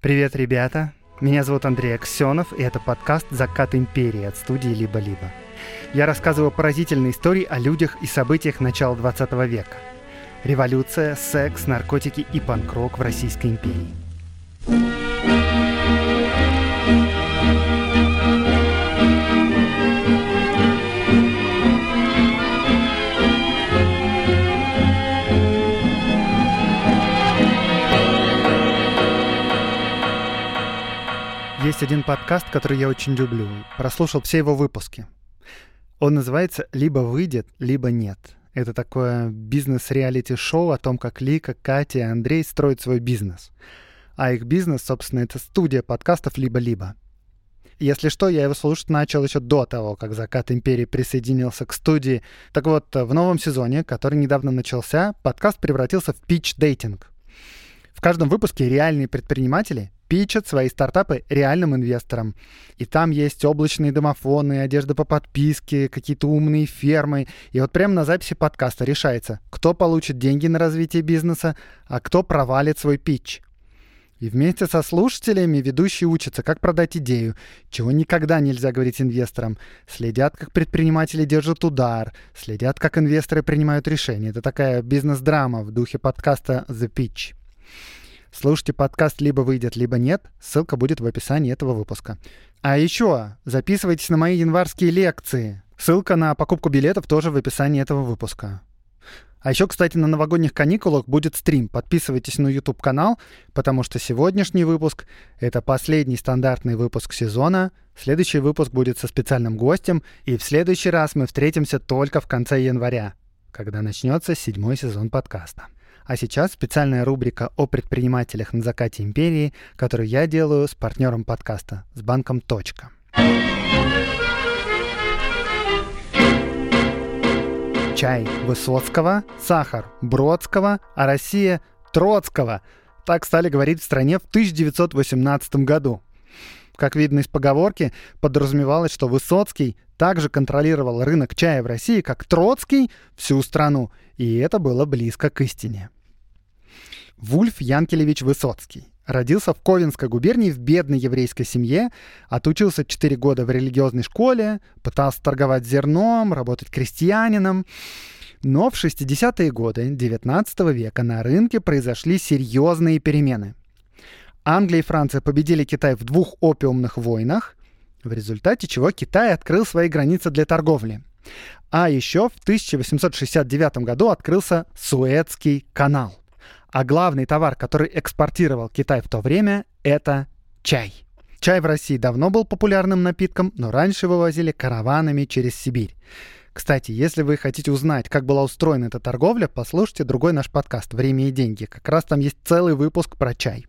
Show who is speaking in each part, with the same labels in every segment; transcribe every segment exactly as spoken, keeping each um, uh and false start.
Speaker 1: Привет, ребята! Меня зовут Андрей Аксенов, и это подкаст «Закат империи» от студии «Либо-либо». Я рассказываю поразительные истории о людях и событиях начала двадцатого века. Революция, секс, наркотики и панк-рок в Российской империи. Есть один подкаст, который я очень люблю. Прослушал все его выпуски. Он называется «Либо выйдет, либо нет». Это такое бизнес-реалити-шоу о том, как Лика, Катя и Андрей строят свой бизнес. А их бизнес, собственно, это студия подкастов «Либо-либо». Если что, я его слушать начал еще до того, как «Закат империи» присоединился к студии. Так вот, в новом сезоне, который недавно начался, подкаст превратился в питч-дейтинг. В каждом выпуске реальные предприниматели питчат свои стартапы реальным инвесторам. И там есть облачные домофоны, одежда по подписке, какие-то умные фермы. И вот прямо на записи подкаста решается, кто получит деньги на развитие бизнеса, а кто провалит свой питч. И вместе со слушателями ведущие учатся, как продать идею, чего никогда нельзя говорить инвесторам. Следят, как предприниматели держат удар, следят, как инвесторы принимают решения. Это такая бизнес-драма в духе подкаста «The Pitch». Слушайте подкаст «Либо выйдет, либо нет». Ссылка будет в описании этого выпуска. А еще записывайтесь на мои январские лекции. Ссылка на покупку билетов тоже в описании этого выпуска. А еще, кстати, на новогодних каникулах будет стрим. Подписывайтесь на YouTube-канал, потому что сегодняшний выпуск — это последний стандартный выпуск сезона. Следующий выпуск будет со специальным гостем, и в следующий раз мы встретимся только в конце января, когда начнется седьмой сезон подкаста. А сейчас специальная рубрика о предпринимателях на закате империи, которую я делаю с партнером подкаста, с банком «Точка». Чай Высоцкого, сахар Бродского, а Россия Троцкого. Так стали говорить в стране в тысяча девятьсот восемнадцатом году. Как видно из поговорки, подразумевалось, что Высоцкий также контролировал рынок чая в России, как Троцкий всю страну, и это было близко к истине. Вульф Янкелевич Высоцкий родился в Ковенской губернии в бедной еврейской семье, отучился четыре года в религиозной школе, пытался торговать зерном, работать крестьянином. Но в шестидесятые годы девятнадцатого века на рынке произошли серьезные перемены. Англия и Франция победили Китай в двух опиумных войнах, в результате чего Китай открыл свои границы для торговли. А еще в тысяча восемьсот шестьдесят девятом году открылся Суэцкий канал. А главный товар, который экспортировал Китай в то время, это чай. Чай в России давно был популярным напитком, но раньше его возили караванами через Сибирь. Кстати, если вы хотите узнать, как была устроена эта торговля, послушайте другой наш подкаст «Время и деньги». Как раз там есть целый выпуск про чай.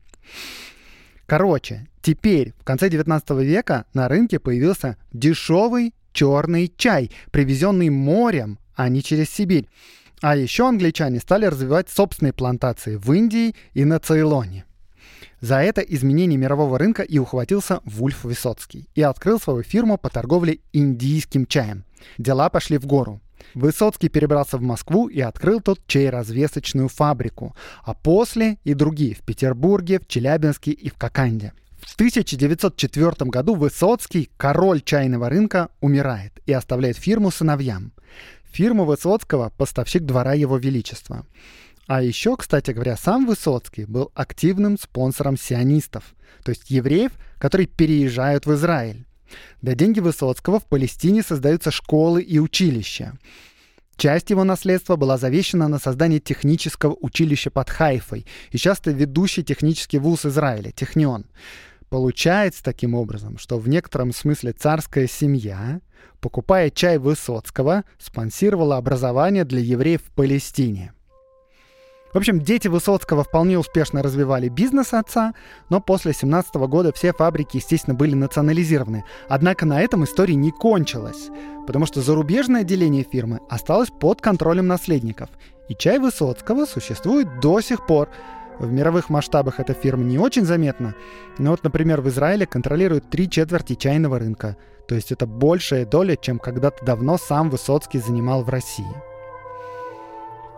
Speaker 1: Короче, теперь, в конце девятнадцатого века, на рынке появился дешевый черный чай, привезенный морем, а не через Сибирь. А еще англичане стали развивать собственные плантации в Индии и на Цейлоне. За это изменение мирового рынка и ухватился Вульф Высоцкий и открыл свою фирму по торговле индийским чаем. Дела пошли в гору. Высоцкий перебрался в Москву и открыл тут чай-развесочную фабрику, а после и другие в Петербурге, в Челябинске и в Коканде. В тысяча девятьсот четвёртом году Высоцкий, король чайного рынка, умирает и оставляет фирму сыновьям. Фирма Высоцкого – поставщик двора Его Величества. А еще, кстати говоря, сам Высоцкий был активным спонсором сионистов, то есть евреев, которые переезжают в Израиль. На деньги Высоцкого в Палестине создаются школы и училища. Часть его наследства была завещана на создание технического училища под Хайфой и часто ведущий технический вуз Израиля – Технион. Получается таким образом, что в некотором смысле царская семья, покупая чай Высоцкого, спонсировала образование для евреев в Палестине. В общем, дети Высоцкого вполне успешно развивали бизнес отца, но после семнадцатого года все фабрики, естественно, были национализированы. Однако на этом история не кончилась, потому что зарубежное отделение фирмы осталось под контролем наследников. И чай Высоцкого существует до сих пор. В мировых масштабах эта фирма не очень заметна, но вот, например, в Израиле контролирует три четверти чайного рынка, то есть это большая доля, чем когда-то давно сам Высоцкий занимал в России.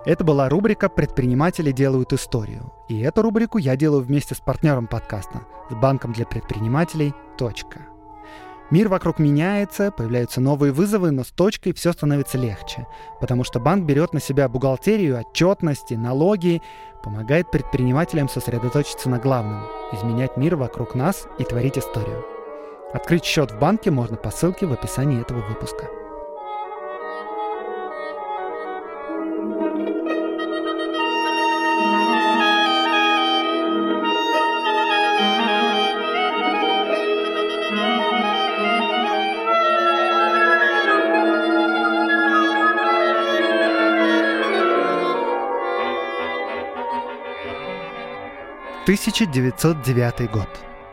Speaker 1: Это была рубрика «Предприниматели делают историю». И эту рубрику я делаю вместе с партнером подкаста, с банком для предпринимателей «Точка». Мир вокруг меняется, появляются новые вызовы, но с «Точкой» все становится легче, потому что банк берет на себя бухгалтерию, отчетности, налоги, помогает предпринимателям сосредоточиться на главном – изменять мир вокруг нас и творить историю. Открыть счет в банке можно по ссылке в описании этого выпуска. тысяча девятьсот девятый год.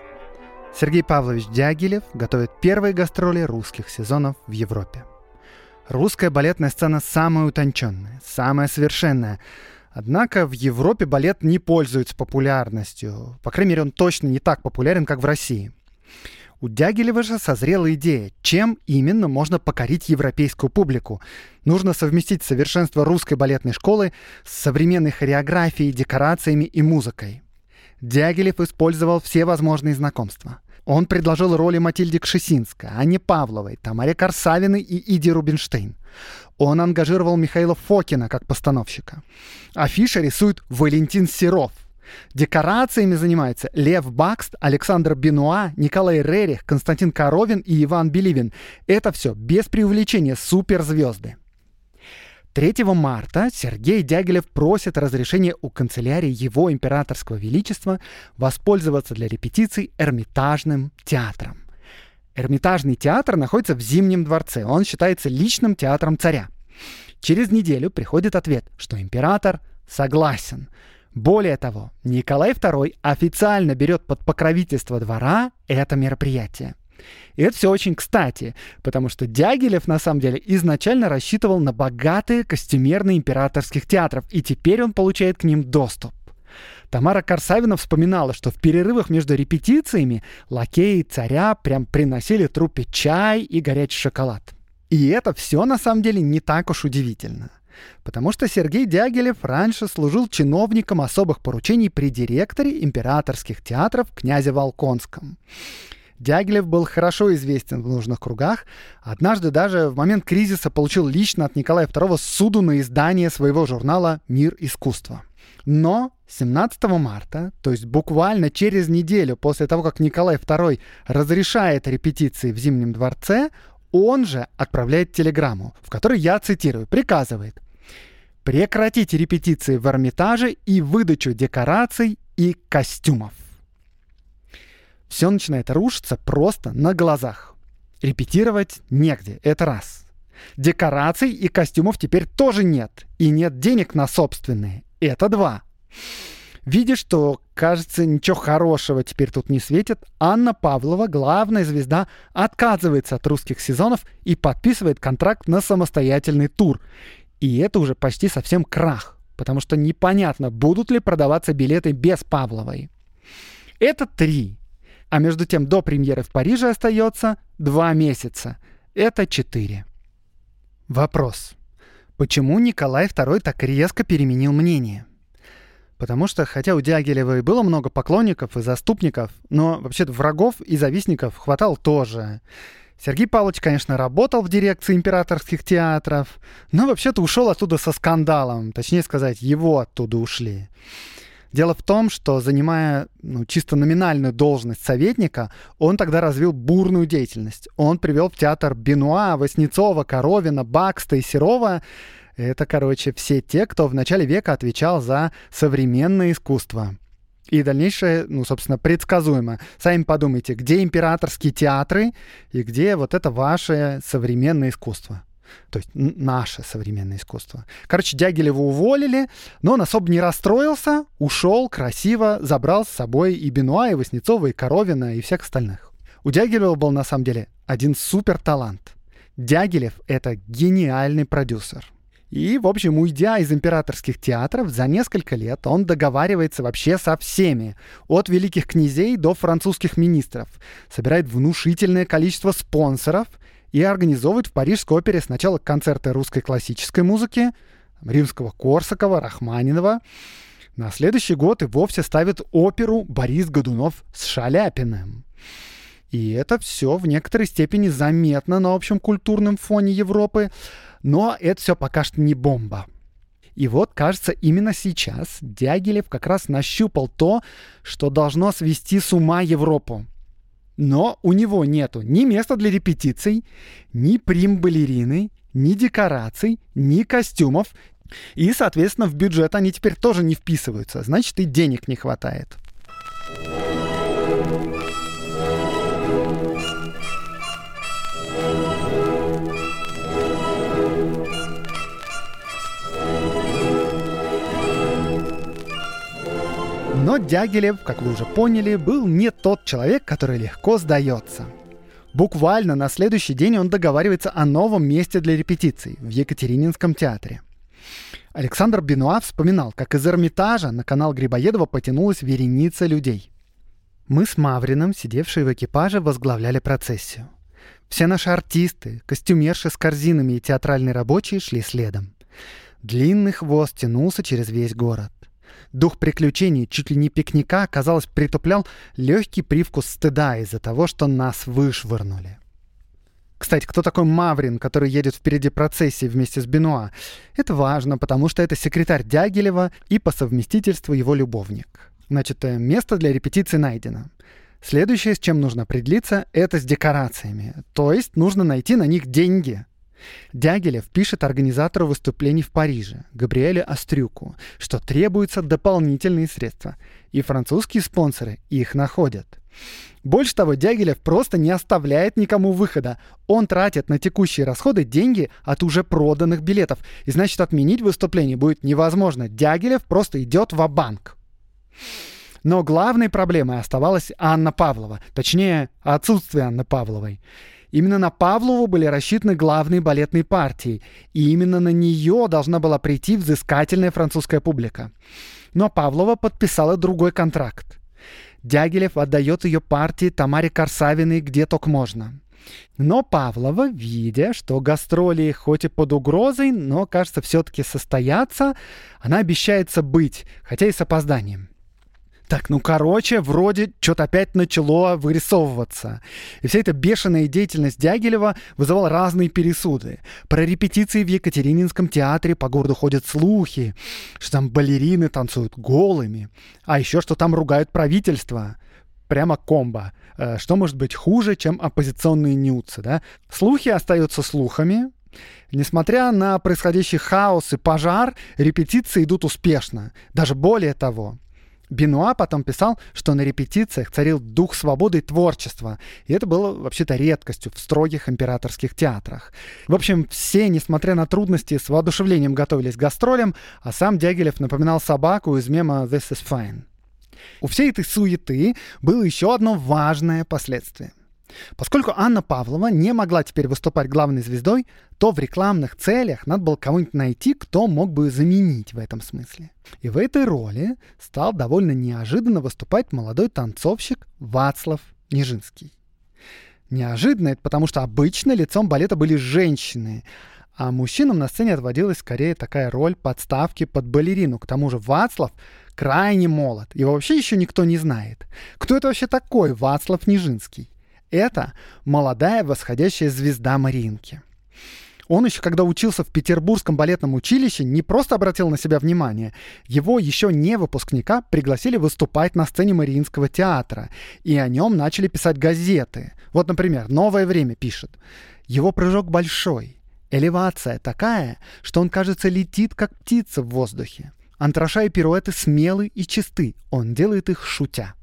Speaker 1: Сергей Павлович Дягилев готовит первые гастроли русских сезонов в Европе. Русская балетная сцена самая утонченная, самая совершенная. Однако в Европе балет не пользуется популярностью. По крайней мере, он точно не так популярен, как в России. У Дягилева же созрела идея, чем именно можно покорить европейскую публику. Нужно совместить совершенство русской балетной школы с современной хореографией, декорациями и музыкой. Дягилев использовал все возможные знакомства. Он предложил роли Матильде Кшесинской, Анне Павловой, Тамаре Корсавиной и Иде Рубинштейн. Он ангажировал Михаила Фокина как постановщика. Афиши рисует Валентин Серов. Декорациями занимаются Лев Бакст, Александр Бенуа, Николай Рерих, Константин Коровин и Иван Беливин. Это все без преувеличения суперзвезды. третьего марта Сергей Дягилев просит разрешения у канцелярии его императорского величества воспользоваться для репетиций Эрмитажным театром. Эрмитажный театр находится в Зимнем дворце, он считается личным театром царя. Через неделю приходит ответ, что император согласен. Более того, Николай второй официально берет под покровительство двора это мероприятие. И это все очень кстати, потому что Дягилев, на самом деле, изначально рассчитывал на богатые костюмерные императорских театров, и теперь он получает к ним доступ. Тамара Корсавина вспоминала, что в перерывах между репетициями лакеи царя прям приносили труппе чай и горячий шоколад. И это все, на самом деле, не так уж удивительно. Потому что Сергей Дягилев раньше служил чиновником особых поручений при директоре императорских театров князе Волконском. Дягилев был хорошо известен в нужных кругах. Однажды даже в момент кризиса получил лично от Николая второго ссуду на издание своего журнала «Мир искусства». Но семнадцатого марта, то есть буквально через неделю после того, как Николай второй разрешает репетиции в Зимнем дворце, он же отправляет телеграмму, в которой, я цитирую, приказывает прекратить репетиции в Эрмитаже и выдачу декораций и костюмов. Все начинает рушиться просто на глазах. Репетировать негде, это раз. Декораций и костюмов теперь тоже нет. И нет денег на собственные, это два. Видя, что, кажется, ничего хорошего теперь тут не светит, Анна Павлова, главная звезда, отказывается от русских сезонов и подписывает контракт на самостоятельный тур. И это уже почти совсем крах, потому что непонятно, будут ли продаваться билеты без Павловой. Это три. А между тем до премьеры в Париже остается два месяца. Это четыре. Вопрос. Почему Николай второй так резко переменил мнение? Потому что, хотя у Дягилева и было много поклонников и заступников, но вообще-то врагов и завистников хватало тоже. Сергей Павлович, конечно, работал в дирекции императорских театров, но вообще-то ушел оттуда со скандалом. Точнее сказать, его оттуда ушли. Дело в том, что, занимая ну, чисто номинальную должность советника, он тогда развил бурную деятельность. Он привел в театр Бенуа, Васнецова, Коровина, Бакста и Серова. Это, короче, все те, кто в начале века отвечал за современное искусство. И дальнейшее, ну, собственно, предсказуемо. Сами подумайте, где императорские театры и где вот это ваше современное искусство. То есть наше современное искусство. Короче, Дягилева уволили, но он особо не расстроился, ушел красиво, забрал с собой и Бенуа, и Васнецова, и Коровина, и всех остальных. У Дягилева был, на самом деле, один супер талант. Дягилев — это гениальный продюсер. И, в общем, уйдя из императорских театров, за несколько лет он договаривается вообще со всеми, от великих князей до французских министров, собирает внушительное количество спонсоров и организовывает в Парижской опере сначала концерты русской классической музыки, Римского-Корсакова, Рахманинова. На следующий год и вовсе ставит оперу «Борис Годунов с Шаляпиным». И это все в некоторой степени заметно на общем культурном фоне Европы, но это все пока что не бомба. И вот, кажется, именно сейчас Дягилев как раз нащупал то, что должно свести с ума Европу. Но у него нету ни места для репетиций, ни прим-балерины, ни декораций, ни костюмов. И, соответственно, в бюджет они теперь тоже не вписываются. Значит, и денег не хватает. Но Дягилев, как вы уже поняли, был не тот человек, который легко сдается. Буквально на следующий день он договаривается о новом месте для репетиций в Екатерининском театре. Александр Бенуа вспоминал, как из Эрмитажа на канал Грибоедова потянулась вереница людей. Мы с Мавриным, сидевшие в экипаже, возглавляли процессию. Все наши артисты, костюмерши с корзинами и театральные рабочие шли следом. Длинный хвост тянулся через весь город. Дух приключений, чуть ли не пикника, казалось, притуплял легкий привкус стыда из-за того, что нас вышвырнули. Кстати, кто такой Маврин, который едет впереди процессии вместе с Бенуа? Это важно, потому что это секретарь Дягилева и по совместительству его любовник. Значит, место для репетиции найдено. Следующее, с чем нужно определиться, это с декорациями. То есть нужно найти на них деньги. Дягилев пишет организатору выступлений в Париже, Габриэле Острюку, что требуются дополнительные средства. И французские спонсоры их находят. Больше того, Дягилев просто не оставляет никому выхода. Он тратит на текущие расходы деньги от уже проданных билетов. И значит, отменить выступление будет невозможно. Дягилев просто идет ва-банк. Но главной проблемой оставалась Анна Павлова. Точнее, отсутствие Анны Павловой. Именно на Павлову были рассчитаны главные балетные партии, и именно на нее должна была прийти взыскательная французская публика. Но Павлова подписала другой контракт. Дягилев отдает ее партии Тамаре Корсавиной где только можно. Но Павлова, видя, что гастроли хоть и под угрозой, но, кажется, все-таки состоятся, она обещается быть, хотя и с опозданием. Так, ну короче, вроде что-то опять начало вырисовываться. И вся эта бешеная деятельность Дягилева вызывала разные пересуды. Про репетиции в Екатерининском театре по городу ходят слухи, что там балерины танцуют голыми, а еще что там ругают правительство. Прямо комбо. Что может быть хуже, чем оппозиционные нюцы, да? Слухи остаются слухами. Несмотря на происходящий хаос и пожар, репетиции идут успешно. Даже более того. Бенуа потом писал, что на репетициях царил дух свободы и творчества. И это было вообще-то редкостью в строгих императорских театрах. В общем, все, несмотря на трудности, с воодушевлением готовились к гастролям, а сам Дягилев напоминал собаку из мема «This is fine». У всей этой суеты было еще одно важное последствие. Поскольку Анна Павлова не могла теперь выступать главной звездой, то в рекламных целях надо было кого-нибудь найти, кто мог бы заменить в этом смысле. И в этой роли стал довольно неожиданно выступать молодой танцовщик Вацлав Нижинский. Неожиданно это потому, что обычно лицом балета были женщины, а мужчинам на сцене отводилась скорее такая роль подставки под балерину. К тому же Вацлав крайне молод, его вообще еще никто не знает. Кто это вообще такой Вацлав Нижинский? Это молодая восходящая звезда Мариинки. Он еще, когда учился в Петербургском балетном училище, не просто обратил на себя внимание. Его еще не выпускника пригласили выступать на сцене Мариинского театра. И о нем начали писать газеты. Вот, например, «Новое время» пишет. Его прыжок большой. Элевация такая, что он, кажется, летит, как птица в воздухе. Антраша и пируэты смелы и чисты. Он делает их шутя.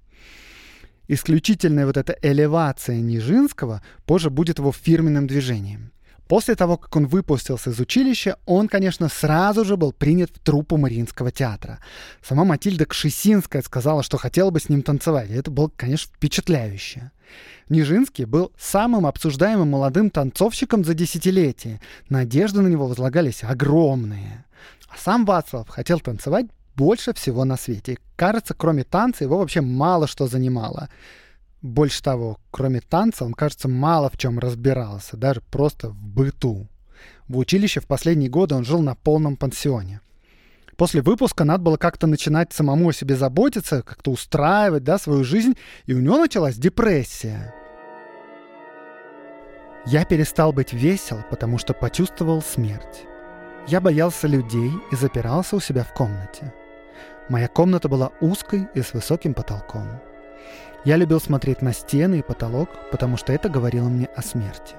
Speaker 1: Исключительная вот эта элевация Нижинского позже будет его фирменным движением. После того, как он выпустился из училища, он, конечно, сразу же был принят в труппу Мариинского театра. Сама Матильда Кшесинская сказала, что хотела бы с ним танцевать. И это было, конечно, впечатляюще. Нижинский был самым обсуждаемым молодым танцовщиком за десятилетие. Надежды на него возлагались огромные. А сам Вацлав хотел танцевать больше всего на свете. И, кажется, кроме танца его вообще мало что занимало. Больше того, кроме танца, он, кажется, мало в чем разбирался, даже просто в быту. В училище в последние годы он жил на полном пансионе. После выпуска надо было как-то начинать самому о себе заботиться, как-то устраивать, да, свою жизнь, и у него началась депрессия. Я перестал быть весел, потому что почувствовал смерть. Я боялся людей и запирался у себя в комнате. Моя комната была узкой и с высоким потолком. Я любил смотреть на стены и потолок, потому что это говорило мне о смерти.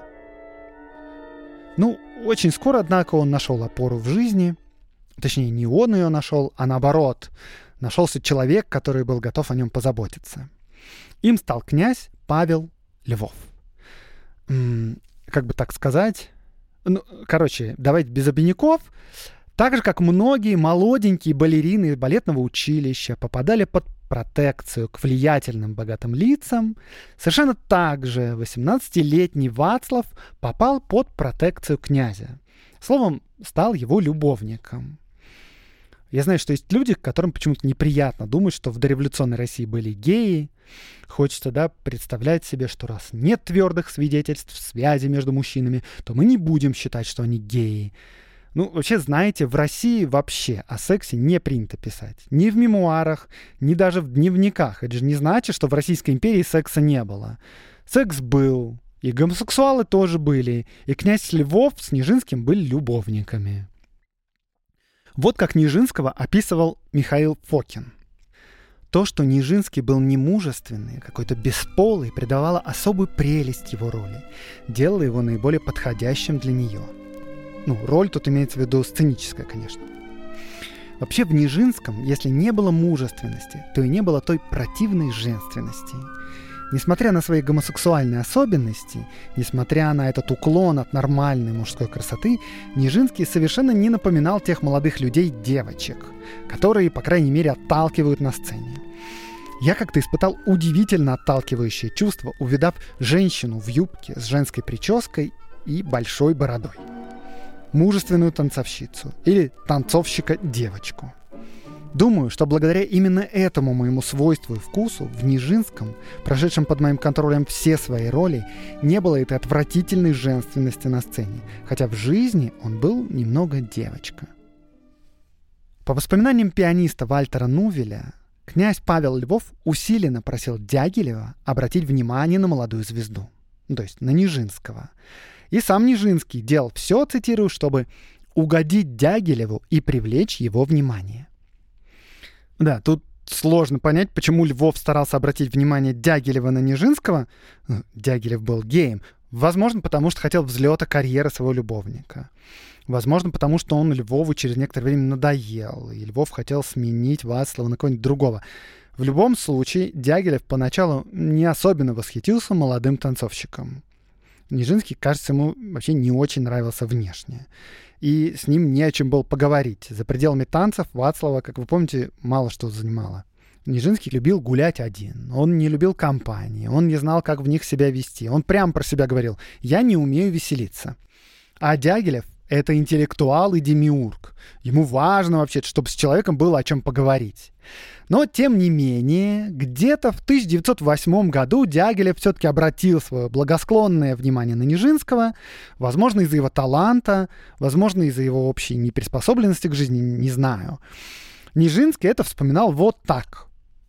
Speaker 1: Ну, очень скоро, однако, он нашел опору в жизни. Точнее, не он ее нашел, а наоборот. Нашелся человек, который был готов о нем позаботиться. Им стал князь Павел Львов. М-м, как бы так сказать... Ну, короче, давайте без обиняков. Так же, как многие молоденькие балерины из балетного училища попадали под протекцию к влиятельным богатым лицам, совершенно так же восемнадцатилетний Вацлав попал под протекцию князя. Словом, стал его любовником. Я знаю, что есть люди, которым почему-то неприятно думать, что в дореволюционной России были геи. Хочется, да, представлять себе, что раз нет твердых свидетельств связи между мужчинами, то мы не будем считать, что они геи. Ну, вообще, знаете, в России вообще о сексе не принято писать. Ни в мемуарах, ни даже в дневниках. Это же не значит, что в Российской империи секса не было. Секс был, и гомосексуалы тоже были, и князь Львов с Нижинским были любовниками. Вот как Нижинского описывал Михаил Фокин. То, что Нижинский был немужественный, какой-то бесполый, придавало особую прелесть его роли, делало его наиболее подходящим для нее. Ну, роль тут имеется в виду сценическая, конечно. Вообще в Нижинском, если не было мужественности, то и не было той противной женственности. Несмотря на свои гомосексуальные особенности, несмотря на этот уклон от нормальной мужской красоты, Нижинский совершенно не напоминал тех молодых людей-девочек, которые, по крайней мере, отталкивают на сцене. Я как-то испытал удивительно отталкивающее чувство, увидав женщину в юбке с женской прической и большой бородой. Мужественную танцовщицу или танцовщика-девочку. Думаю, что благодаря именно этому моему свойству и вкусу в Нижинском, прошедшем под моим контролем все свои роли, не было этой отвратительной женственности на сцене, хотя в жизни он был немного девочка. По воспоминаниям пианиста Вальтера Нувеля, князь Павел Львов усиленно просил Дягилева обратить внимание на молодую звезду, то есть на Нижинского. И сам Нижинский делал все, цитирую, чтобы угодить Дягилеву и привлечь его внимание. Да, тут сложно понять, почему Львов старался обратить внимание Дягилева на Нижинского. Дягилев был геем. Возможно, потому что хотел взлета карьеры своего любовника. Возможно, потому что он Львову через некоторое время надоел, и Львов хотел сменить Вацлава на кого-нибудь другого. В любом случае, Дягилев поначалу не особенно восхитился молодым танцовщиком. Нижинский, кажется, ему вообще не очень нравился внешне. И с ним не о чем было поговорить. За пределами танцев Вацлава, как вы помните, мало что занимало. Нижинский любил гулять один. Он не любил компании. Он не знал, как в них себя вести. Он прямо про себя говорил: «Я не умею веселиться». А Дягилев — это интеллектуал и демиург. Ему важно вообще, чтобы с человеком было о чем поговорить. Но, тем не менее, где-то в тысяча девятьсот восьмом году Дягилев все-таки обратил свое благосклонное внимание на Нижинского, возможно, из-за его таланта, возможно, из-за его общей неприспособленности к жизни, не знаю. Нижинский это вспоминал вот так.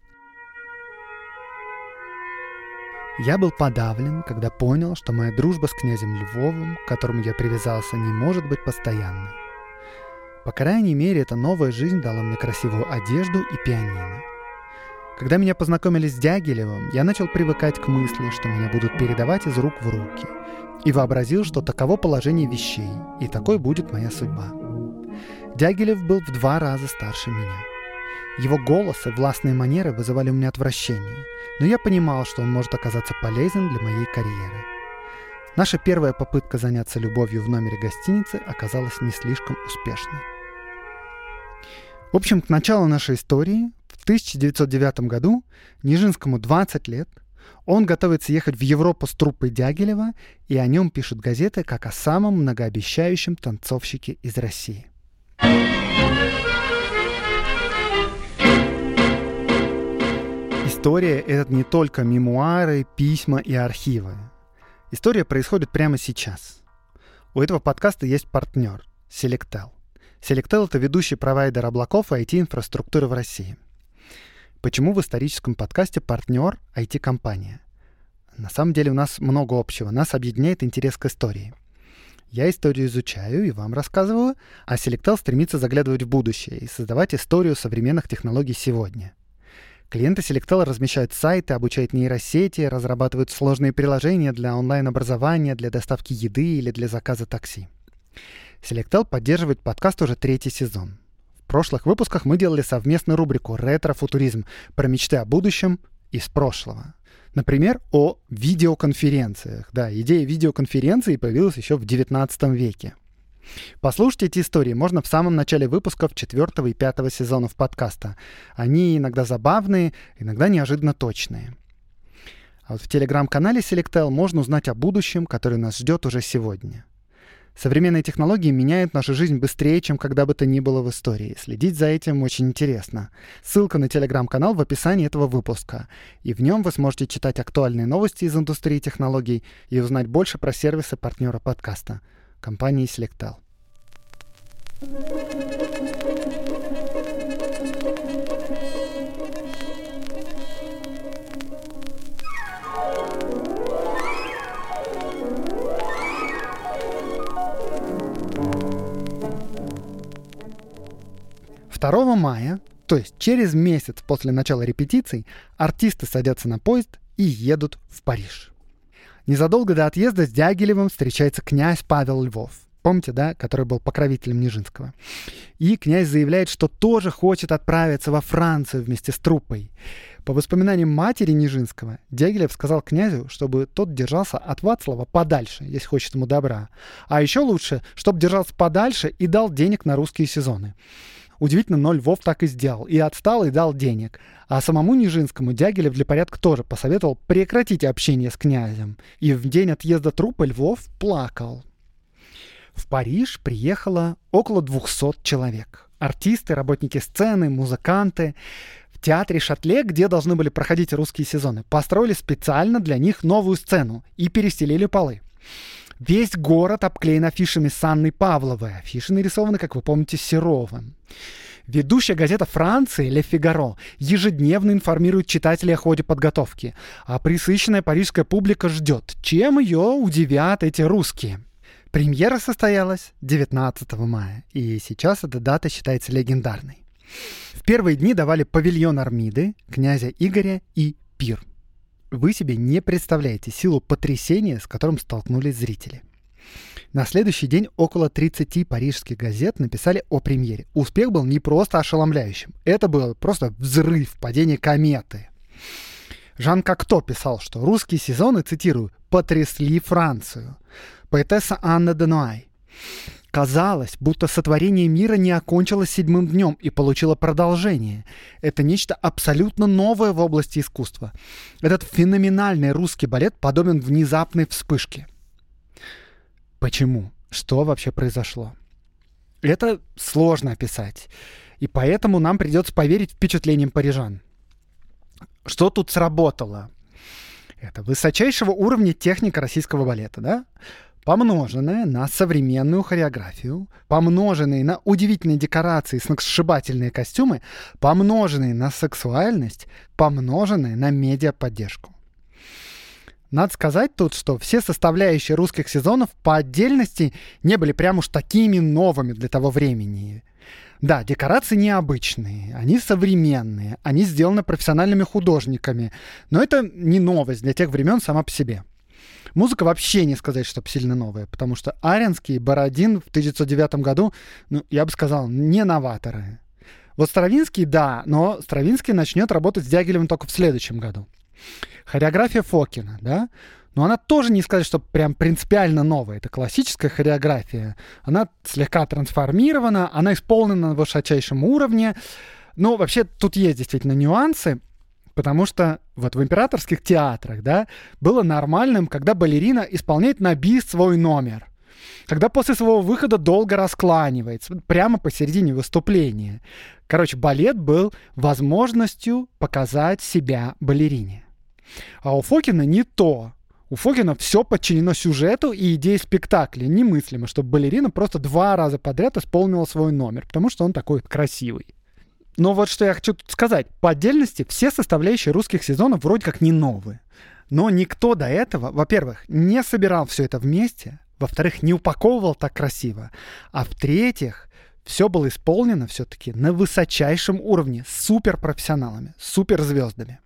Speaker 1: «Я был подавлен, когда понял, что моя дружба с князем Львовым, к которому я привязался, не может быть постоянной. По крайней мере, эта новая жизнь дала мне красивую одежду и пианино. Когда меня познакомили с Дягилевым, я начал привыкать к мысли, что меня будут передавать из рук в руки, и вообразил, что таково положение вещей, и такой будет моя судьба. Дягилев был в два раза старше меня. Его голос и властные манеры вызывали у меня отвращение, но я понимал, что он может оказаться полезен для моей карьеры. Наша первая попытка заняться любовью в номере гостиницы оказалась не слишком успешной. В общем, к началу нашей истории, в тысяча девятьсот девятом году, Нижинскому двадцать лет, он готовится ехать в Европу с труппой Дягилева, и о нем пишут газеты как о самом многообещающем танцовщике из России. История — это не только мемуары, письма и архивы. История происходит прямо сейчас. У этого подкаста есть партнер — Selectel. Selectel — это ведущий провайдер облаков и ай ти-инфраструктуры в России. Почему в историческом подкасте партнер — ай ти-компания? На самом деле у нас много общего. Нас объединяет интерес к истории. Я историю изучаю и вам рассказываю, а Selectel стремится заглядывать в будущее и создавать историю современных технологий сегодня. Клиенты Selectel размещают сайты, обучают нейросети, разрабатывают сложные приложения для онлайн-образования, для доставки еды или для заказа такси. Selectel поддерживает подкаст уже третий сезон. В прошлых выпусках мы делали совместную рубрику «Ретро-футуризм» про мечты о будущем из прошлого. Например, о видеоконференциях. Да, идея видеоконференции появилась еще в девятнадцатом веке. Послушать эти истории можно в самом начале выпусков четвертого и пятого сезонов подкаста. Они иногда забавные, иногда неожиданно точные. А вот в телеграм-канале Selectel можно узнать о будущем, которое нас ждет уже сегодня. Современные технологии меняют нашу жизнь быстрее, чем когда бы то ни было в истории. Следить за этим очень интересно. Ссылка на телеграм-канал в описании этого выпуска. И в нем вы сможете читать актуальные новости из индустрии технологий и узнать больше про сервисы партнера подкаста — компании Selectel. второго мая, то есть через месяц после начала репетиций, артисты садятся на поезд и едут в Париж. Незадолго до отъезда с Дягилевым встречается князь Павел Львов. Помните, да, который был покровителем Нижинского. И князь заявляет, что тоже хочет отправиться во Францию вместе с труппой. По воспоминаниям матери Нижинского, Дягилев сказал князю, чтобы тот держался от Вацлава подальше, если хочет ему добра. А еще лучше, чтобы держался подальше и дал денег на русские сезоны. Удивительно, но Львов так и сделал. И отстал, и дал денег. А самому Нижинскому Дягилев для порядка тоже посоветовал прекратить общение с князем. И в день отъезда труппы Львов плакал. В Париж приехало около двухсот человек. Артисты, работники сцены, музыканты. В театре Шатле, где должны были проходить русские сезоны, построили специально для них новую сцену и перестелили полы. Весь город обклеен афишами с Анной Павловой. Афиши нарисованы, как вы помните, Серовым. Ведущая газета Франции «Ле Фигаро» ежедневно информирует читателей о ходе подготовки. А пресыщенная парижская публика ждет, чем ее удивят эти русские. Премьера состоялась девятнадцатого мая, и сейчас эта дата считается легендарной. В первые дни давали павильон Армиды, князя Игоря и пир. Вы себе не представляете силу потрясения, с которым столкнулись зрители. На следующий день около тридцати парижских газет написали о премьере. Успех был не просто ошеломляющим. Это был просто взрыв, падение кометы. Жан Кокто писал, что русские сезоны, цитирую, «потрясли Францию». Поэтесса Анна Денуай: казалось, будто сотворение мира не окончилось седьмым днем и получило продолжение. Это нечто абсолютно новое в области искусства. Этот феноменальный русский балет подобен внезапной вспышке. Почему? Что вообще произошло? Это сложно описать. И поэтому нам придется поверить впечатлениям парижан. Что тут сработало? Это высочайшего уровня техника российского балета, да? Помноженная на современную хореографию, помноженные на удивительные декорации, сногсшибательные костюмы, помноженные на сексуальность, помноженные на медиаподдержку. Надо сказать тут, что все составляющие русских сезонов по отдельности не были прям уж такими новыми для того времени. Да, декорации необычные, они современные, они сделаны профессиональными художниками, но это не новость для тех времен сама по себе. Музыка вообще не сказать, что сильно новая, потому что Аренский и Бородин в тысяча девятьсот девятом году, ну, я бы сказал, не новаторы. Вот Стравинский, да, но Стравинский начнет работать с Дягилевым только в следующем году. Хореография Фокина, да, но она тоже не сказать, что прям принципиально новая. Это классическая хореография. Она слегка трансформирована, она исполнена на высочайшем уровне. Но вообще тут есть действительно нюансы, потому что вот в императорских театрах, да, было нормальным, когда балерина исполняет на бис свой номер. Когда после своего выхода долго раскланивается, прямо посередине выступления. Короче, балет был возможностью показать себя балерине. А у Фокина не то. У Фокина все подчинено сюжету и идее спектакля. Немыслимо, чтобы балерина просто два раза подряд исполнила свой номер, потому что он такой красивый. Но вот что я хочу тут сказать. По отдельности все составляющие русских сезонов вроде как не новые. Но никто до этого, во-первых, не собирал все это вместе, во-вторых, не упаковывал так красиво, а в-третьих, все было исполнено все-таки на высочайшем уровне, с суперпрофессионалами, суперзвездами.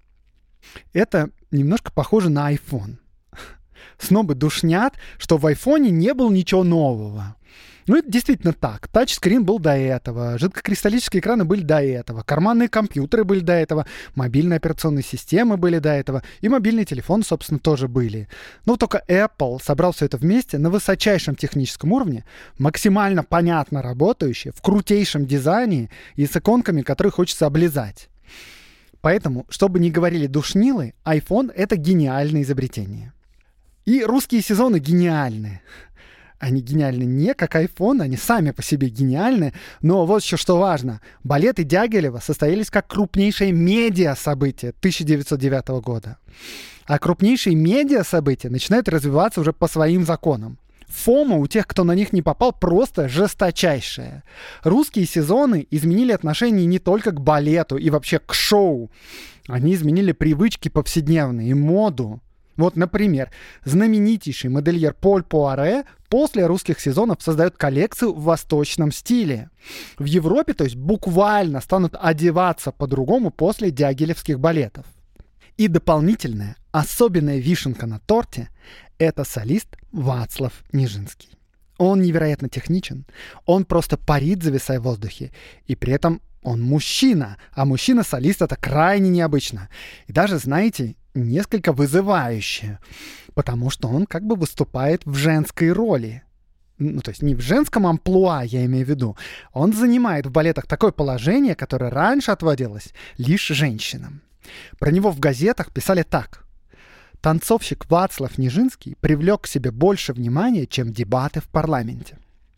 Speaker 1: Это немножко похоже на iPhone. Снобы душнят, что в айфоне не было ничего нового. Ну, это действительно так. Тачскрин был до этого, жидкокристаллические экраны были до этого, карманные компьютеры были до этого, мобильные операционные системы были до этого, и мобильные телефоны, собственно, тоже были. Но только Apple собрал все это вместе на высочайшем техническом уровне, максимально понятно работающее, в крутейшем дизайне и с иконками, которые хочется облизать. Поэтому, чтобы не говорили душнилы, iPhone — это гениальное изобретение. И русские сезоны гениальны. Они гениальны не как iPhone, они сами по себе гениальны. Но вот еще что важно. Балеты Дягилева состоялись как крупнейшее медиа-событие тысяча девятьсот девятого года. А крупнейшие медиа-события начинают развиваться уже по своим законам. Фома у тех, кто на них не попал, просто жесточайшая. Русские сезоны изменили отношение не только к балету и вообще к шоу. Они изменили привычки повседневные и моду. Вот, например, знаменитейший модельер Поль Пуаре после русских сезонов создает коллекцию в восточном стиле. В Европе, то есть буквально станут одеваться по-другому после дягилевских балетов. И дополнительная, особенная вишенка на торте — это солист Вацлав Нижинский. Он невероятно техничен, он просто парит, зависая в воздухе, и при этом он мужчина, а мужчина-солист — это крайне необычно. И даже, знаете, несколько вызывающе, потому что он как бы выступает в женской роли. Ну, то есть не в женском амплуа, я имею в виду. Он занимает в балетах такое положение, которое раньше отводилось лишь женщинам. Про него в газетах писали так. Танцовщик Вацлав Нижинский привлек к себе больше внимания, чем дебаты в парламенте.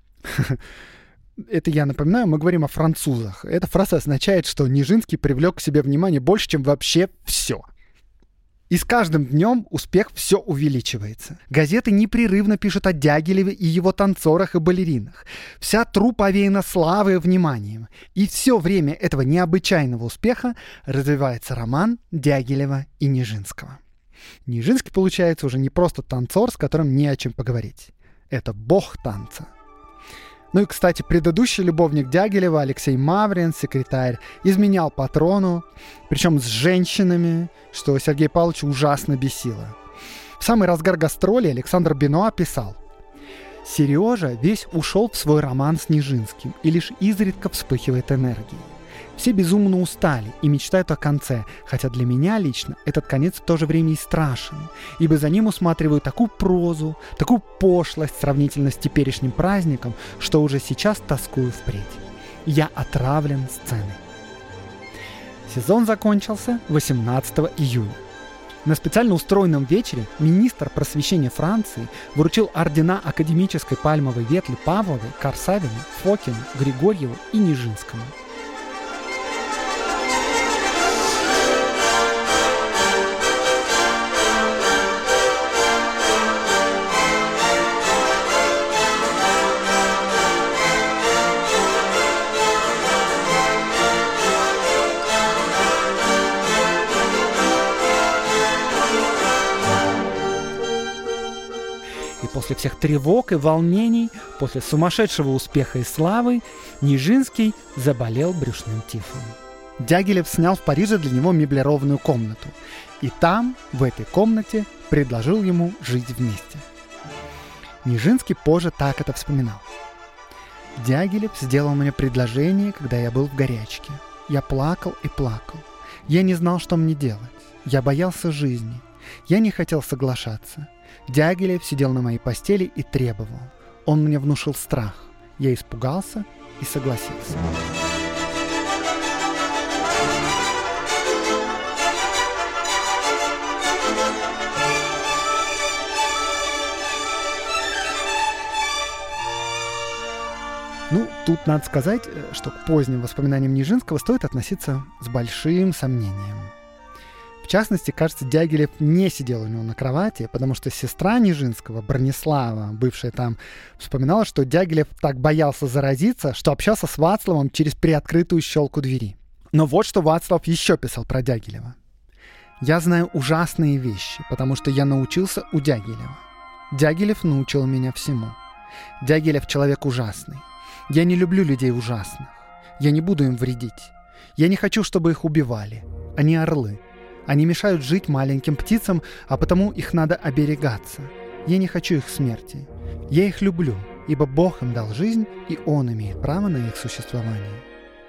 Speaker 1: Это я напоминаю, мы говорим о французах. Эта фраза означает, что Нижинский привлек к себе внимание больше, чем вообще все. И с каждым днем успех все увеличивается. Газеты непрерывно пишут о Дягилеве и его танцорах и балеринах. Вся труппа овеяна славой и вниманием. И все время этого необычайного успеха развивается роман Дягилева и Нижинского. Нижинский, получается, уже не просто танцор, с которым не о чем поговорить. Это бог танца. Ну и, кстати, предыдущий любовник Дягилева, Алексей Маврин, секретарь, изменял патрону, причем с женщинами, что Сергея Павловича ужасно бесило. В самый разгар гастролей Александр Бенуа писал: «Сережа весь ушел в свой роман с Нижинским и лишь изредка вспыхивает энергией. Все безумно устали и мечтают о конце, хотя для меня лично этот конец в то же время и страшен, ибо за ним усматриваю такую прозу, такую пошлость сравнительно с теперешним праздником, что уже сейчас тоскую впредь. Я отравлен сценой». Сезон закончился восемнадцатого июня. На специально устроенном вечере министр просвещения Франции вручил ордена академической пальмовой ветви Павловой, Корсавину, Фокину, Григорьеву и Нижинскому. После всех тревог и волнений, после сумасшедшего успеха и славы, Нижинский заболел брюшным тифом. Дягилев снял в Париже для него меблированную комнату. И там, в этой комнате, предложил ему жить вместе. Нижинский позже так это вспоминал. «Дягилев сделал мне предложение, когда я был в горячке. Я плакал и плакал. Я не знал, что мне делать. Я боялся жизни. Я не хотел соглашаться. Дягилев сидел на моей постели и требовал. Он мне внушил страх. Я испугался и согласился». Ну, тут надо сказать, что к поздним воспоминаниям Нижинского стоит относиться с большим сомнением. В частности, кажется, Дягилев не сидел у него на кровати, потому что сестра Нижинского, Бронислава, бывшая там, вспоминала, что Дягилев так боялся заразиться, что общался с Вацлавом через приоткрытую щелку двери. Но вот что Вацлав еще писал про Дягилева. «Я знаю ужасные вещи, потому что я научился у Дягилева. Дягилев научил меня всему. Дягилев человек ужасный. Я не люблю людей ужасных. Я не буду им вредить. Я не хочу, чтобы их убивали. Они орлы. Они мешают жить маленьким птицам, а потому их надо оберегаться. Я не хочу их смерти. Я их люблю, ибо Бог им дал жизнь, и Он имеет право на их существование».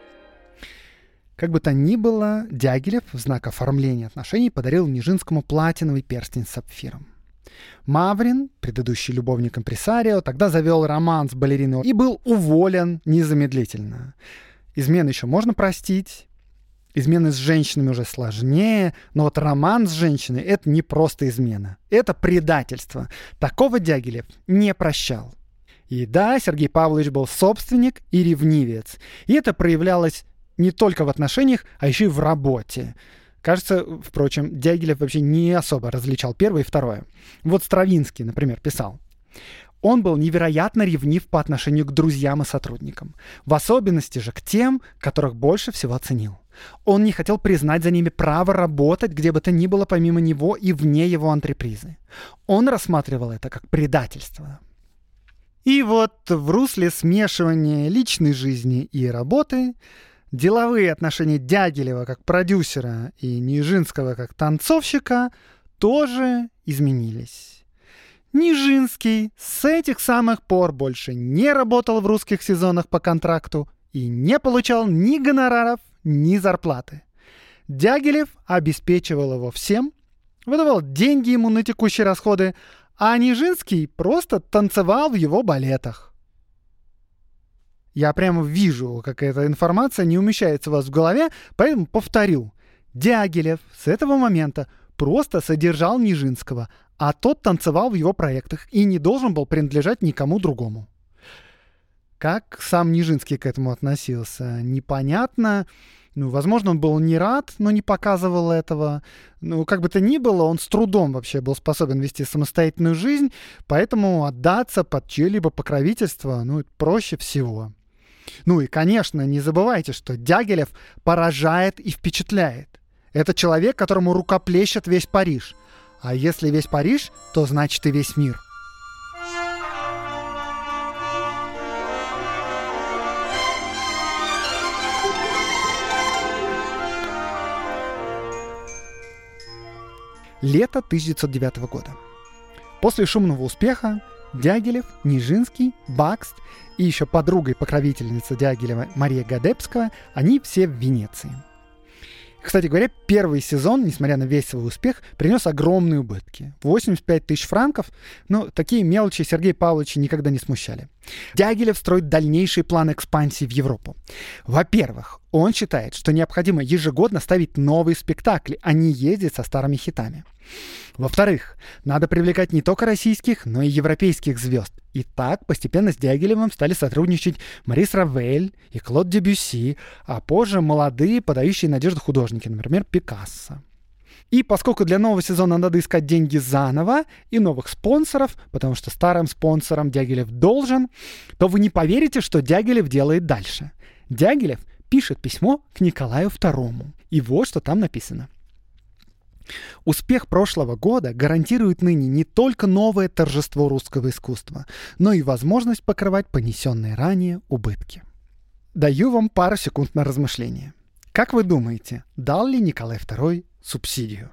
Speaker 1: Как бы то ни было, Дягилев в знак оформления отношений подарил Нижинскому платиновый перстень с сапфиром. Маврин, предыдущий любовник импресарио, тогда завел роман с балериной и был уволен незамедлительно. Измены еще можно простить, измены с женщинами уже сложнее, но вот роман с женщиной — это не просто измена, это предательство. Такого Дягилев не прощал. И да, Сергей Павлович был собственник и ревнивец, и это проявлялось не только в отношениях, а еще и в работе. Кажется, впрочем, Дягилев вообще не особо различал первое и второе. Вот Стравинский, например, писал: «Он был невероятно ревнив по отношению к друзьям и сотрудникам, в особенности же к тем, которых больше всего ценил. Он не хотел признать за ними право работать где бы то ни было помимо него и вне его антрепризы. Он рассматривал это как предательство». И вот в русле смешивания личной жизни и работы деловые отношения Дягилева как продюсера и Нижинского как танцовщика тоже изменились. Нижинский с этих самых пор больше не работал в русских сезонах по контракту и не получал ни гонораров, ни зарплаты. Дягилев обеспечивал его всем, выдавал деньги ему на текущие расходы, а Нижинский просто танцевал в его балетах. Я прямо вижу, как эта информация не умещается у вас в голове, поэтому повторю. Дягилев с этого момента просто содержал Нижинского, а тот танцевал в его проектах и не должен был принадлежать никому другому. Как сам Нижинский к этому относился, непонятно. Ну, возможно, он был не рад, но не показывал этого. Ну, как бы то ни было, он с трудом вообще был способен вести самостоятельную жизнь, поэтому отдаться под чье-либо покровительство, ну, проще всего. Ну и, конечно, не забывайте, что Дягилев поражает и впечатляет. Это человек, которому рукоплещет весь Париж. А если весь Париж, то значит и весь мир. Лето тысяча девятьсот девятого года. После шумного успеха Дягилев, Нижинский, Бакст и еще подруга и покровительница Дягилева Мария Гадебская, они все в Венеции. Кстати говоря, первый сезон, несмотря на весь свой успех, принес огромные убытки. восемьдесят пять тысяч франков, но такие мелочи Сергея Павловича никогда не смущали. Дягилев строит дальнейший план экспансии в Европу. Во-первых, он считает, что необходимо ежегодно ставить новые спектакли, а не ездить со старыми хитами. Во-вторых, надо привлекать не только российских, но и европейских звезд. И так постепенно с Дягилевым стали сотрудничать Марис Равель и Клод Дебюсси, а позже молодые, подающие надежду художники, например, Пикассо. И поскольку для нового сезона надо искать деньги заново и новых спонсоров, потому что старым спонсорам Дягилев должен, то вы не поверите, что Дягилев делает дальше. Дягилев пишет письмо к Николаю второму. И вот что там написано. Успех прошлого года гарантирует ныне не только новое торжество русского искусства, но и возможность покрывать понесенные ранее убытки. Даю вам пару секунд на размышление. Как вы думаете, дал ли Николай второй субсидию?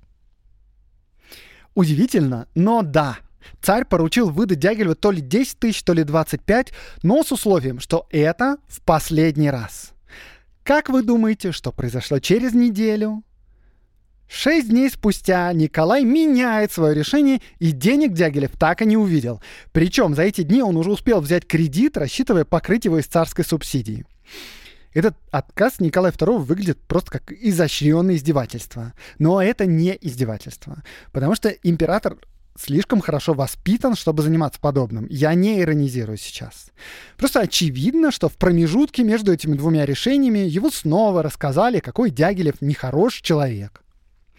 Speaker 1: Удивительно, но да. Царь поручил выдать Дягилеву то ли десять тысяч, то ли двадцать пять, но с условием, что это в последний раз. Как вы думаете, что произошло через неделю? Шесть дней спустя Николай меняет свое решение, и денег Дягилев так и не увидел. Причем за эти дни он уже успел взять кредит, рассчитывая покрыть его из царской субсидии. Этот отказ Николая второго выглядит просто как изощренное издевательство. Но это не издевательство, потому что император слишком хорошо воспитан, чтобы заниматься подобным. Я не иронизирую сейчас. Просто очевидно, что в промежутке между этими двумя решениями его снова рассказали, какой Дягилев нехороший человек.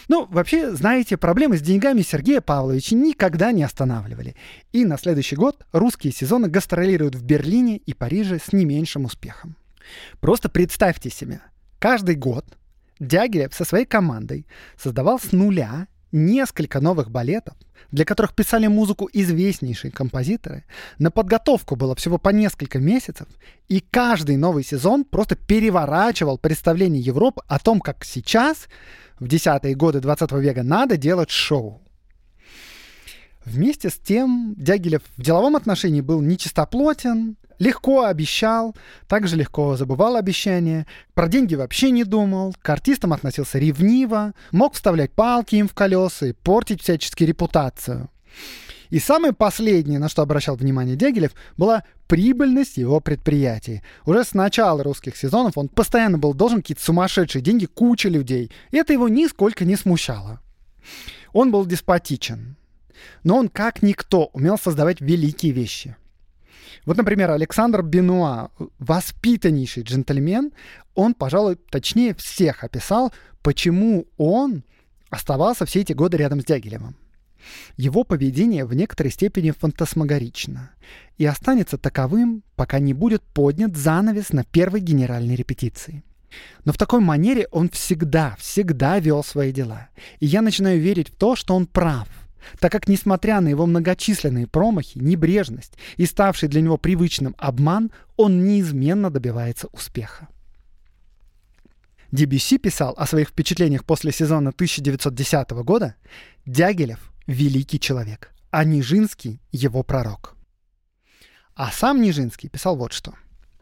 Speaker 1: Ну, вообще, знаете, проблемы с деньгами Сергея Павловича никогда не останавливали. И на следующий год русские сезоны гастролируют в Берлине и Париже с не меньшим успехом. Просто представьте себе, каждый год Дягилев со своей командой создавал с нуля несколько новых балетов, для которых писали музыку известнейшие композиторы. На подготовку было всего по несколько месяцев, и каждый новый сезон просто переворачивал представление Европы о том, как сейчас, в десятые годы двадцатого века, надо делать шоу. Вместе с тем Дягилев в деловом отношении был нечистоплотен, легко обещал, также легко забывал обещания, про деньги вообще не думал, к артистам относился ревниво, мог вставлять палки им в колеса и портить всячески репутацию. И самое последнее, на что обращал внимание Дягилев, была прибыльность его предприятий. Уже с начала русских сезонов он постоянно был должен какие-то сумасшедшие деньги куче людей, и это его нисколько не смущало. Он был деспотичен, но он как никто умел создавать великие вещи. Вот, например, Александр Бенуа, воспитаннейший джентльмен, он, пожалуй, точнее всех описал, почему он оставался все эти годы рядом с Дягилевым. Его поведение в некоторой степени фантасмагорично и останется таковым, пока не будет поднят занавес на первой генеральной репетиции. Но в такой манере он всегда, всегда вел свои дела. И я начинаю верить в то, что он прав, так как, несмотря на его многочисленные промахи, небрежность и ставший для него привычным обман, он неизменно добивается успеха. Дебюсси писал о своих впечатлениях после сезона тысяча девятьсот десятого года: «Дягилев – великий человек, а Нижинский – его пророк». А сам Нижинский писал вот что.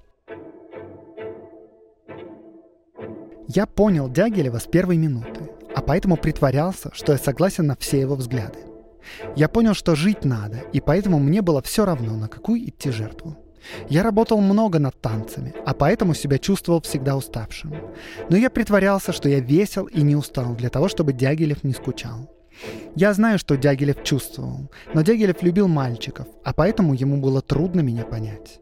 Speaker 1: «Я понял Дягилева с первой минуты, а поэтому притворялся, что я согласен на все его взгляды. Я понял, что жить надо, и поэтому мне было все равно, на какую идти жертву. Я работал много над танцами, а поэтому себя чувствовал всегда уставшим. Но я притворялся, что я весел и не устал для того, чтобы Дягилев не скучал. Я знаю, что Дягилев чувствовал, но Дягилев любил мальчиков, а поэтому ему было трудно меня понять».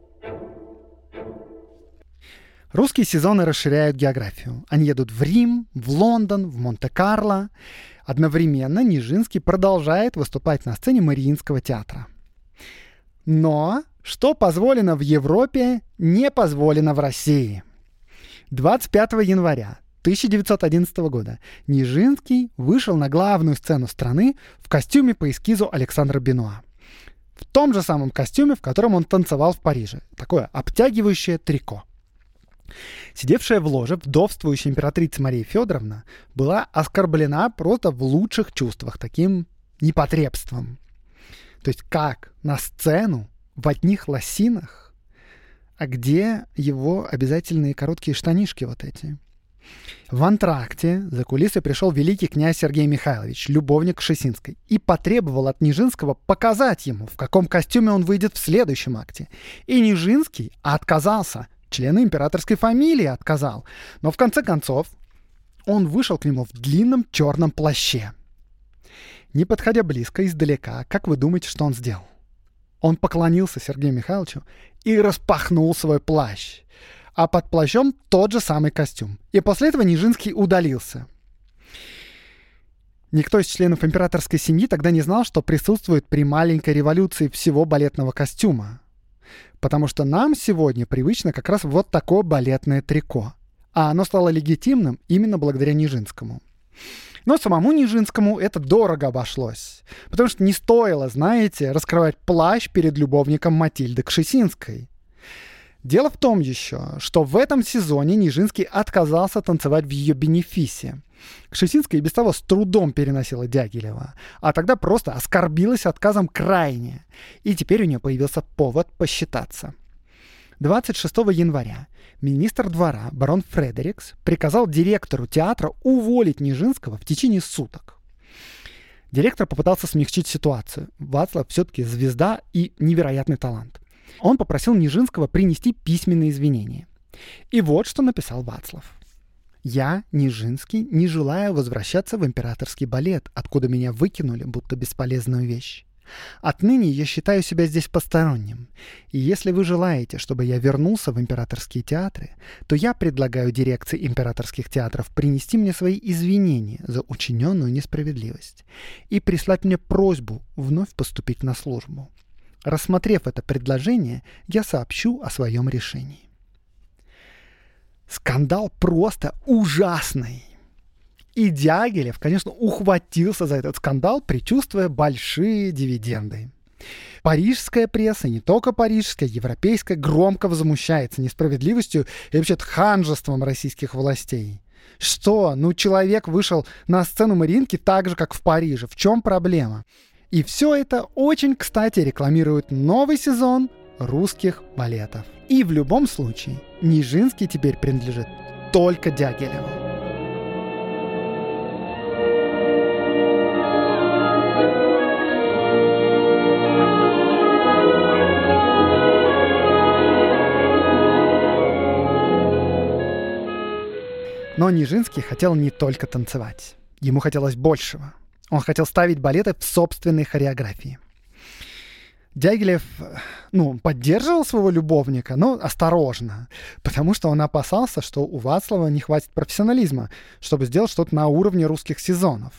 Speaker 1: Русские сезоны расширяют географию. Они едут в Рим, в Лондон, в Монте-Карло. Одновременно Нижинский продолжает выступать на сцене Мариинского театра. Но что позволено в Европе, не позволено в России. двадцать пятого января тысяча девятьсот одиннадцатого года Нижинский вышел на главную сцену страны в костюме по эскизу Александра Бенуа. В том же самом костюме, в котором он танцевал в Париже. Такое обтягивающее трико. Сидевшая в ложе вдовствующая императрица Мария Федоровна была оскорблена просто в лучших чувствах таким непотребством. То есть как на сцену в одних лосинах, а где его обязательные короткие штанишки вот эти? В антракте за кулисы пришел великий князь Сергей Михайлович, любовник Кшесинской, и потребовал от Нижинского показать ему, в каком костюме он выйдет в следующем акте. И Нижинский отказался. Члены императорской фамилии отказал. Но в конце концов он вышел к нему в длинном черном плаще. Не подходя близко, издалека, как вы думаете, что он сделал? Он поклонился Сергею Михайловичу и распахнул свой плащ. А под плащом тот же самый костюм. И после этого Нижинский удалился. Никто из членов императорской семьи тогда не знал, что присутствует при маленькой революции всего балетного костюма. Потому что нам сегодня привычно как раз вот такое балетное трико. А оно стало легитимным именно благодаря Нижинскому. Но самому Нижинскому это дорого обошлось. Потому что не стоило, знаете, раскрывать плащ перед любовником Матильды Кшесинской. Дело в том еще, что в этом сезоне Нижинский отказался танцевать в ее бенефисе. Кшесинская и без того с трудом переносила Дягилева, а тогда просто оскорбилась отказом крайне. И теперь у нее появился повод посчитаться. двадцать шестого января министр двора барон Фредерикс приказал директору театра уволить Нижинского в течение суток. Директор попытался смягчить ситуацию. Вацлав все-таки звезда и невероятный талант. Он попросил Нижинского принести письменные извинения. И вот что написал Вацлав. «Я, Нижинский, не желаю возвращаться в императорский балет, откуда меня выкинули, будто бесполезную вещь. Отныне я считаю себя здесь посторонним. И если вы желаете, чтобы я вернулся в императорские театры, то я предлагаю дирекции императорских театров принести мне свои извинения за учиненную несправедливость и прислать мне просьбу вновь поступить на службу. Рассмотрев это предложение, я сообщу о своем решении. Скандал просто ужасный. И Дягилев, конечно, ухватился за этот скандал, предчувствуя большие дивиденды. Парижская пресса, не только парижская, европейская, громко возмущается несправедливостью и вообще ханжеством российских властей. Что? Ну, человек вышел на сцену Мариинки так же, как в Париже. В чем проблема? И все это очень, кстати, рекламирует новый сезон русских балетов. И в любом случае, Нижинский теперь принадлежит только Дягилеву. Но Нижинский хотел не только танцевать. Ему хотелось большего. Он хотел ставить балеты в собственной хореографии. Дягилев, ну, поддерживал своего любовника, но осторожно, потому что он опасался, что у Вацлава не хватит профессионализма, чтобы сделать что-то на уровне русских сезонов.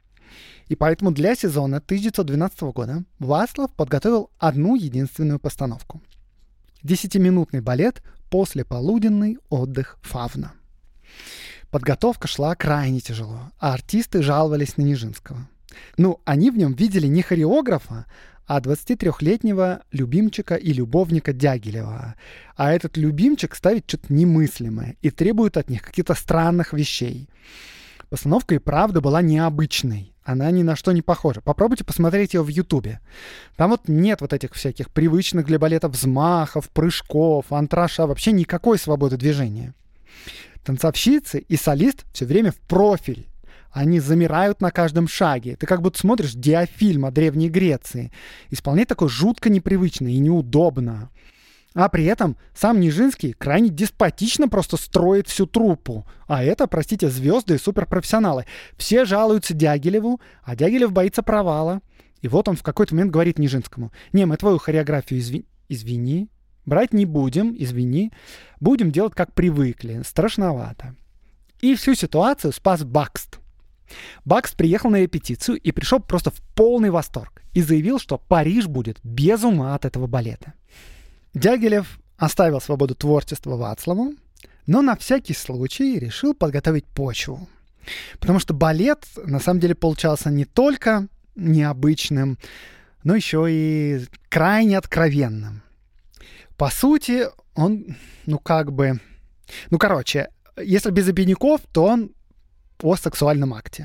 Speaker 1: И поэтому для сезона тысяча девятьсот двенадцатого года Вацлав подготовил одну единственную постановку. Десятиминутный балет «Послеполуденный отдых Фавна». Подготовка шла крайне тяжело, а артисты жаловались на Нижинского. Ну, они в нем видели не хореографа, а двадцатитрёхлетнего любимчика и любовника Дягилева. А этот любимчик ставит что-то немыслимое и требует от них каких-то странных вещей. Постановка и правда была необычной. Она ни на что не похожа. Попробуйте посмотреть ее в Ютубе. Там вот нет вот этих всяких привычных для балета взмахов, прыжков, антраша, вообще никакой свободы движения. Танцовщицы и солист все время в профиль. Они замирают на каждом шаге. Ты как будто смотришь диафильм о Древней Греции. Исполнять такое жутко непривычно и неудобно. А при этом сам Нижинский крайне деспотично просто строит всю труппу. А это, простите, звезды и суперпрофессионалы. Все жалуются Дягилеву, а Дягилев боится провала. И вот он в какой-то момент говорит Нижинскому: «Не, мы твою хореографию изви... извини, брать не будем, извини. Будем делать, как привыкли. Страшновато». И всю ситуацию спас Бакст. Бакст приехал на репетицию и пришел просто в полный восторг. И заявил, что Париж будет без ума от этого балета. Дягилев оставил свободу творчества Вацлаву, но на всякий случай решил подготовить почву. Потому что балет, на самом деле, получался не только необычным, но еще и крайне откровенным. По сути, он, ну как бы... Ну, короче, если без обиняков, то он о сексуальном акте.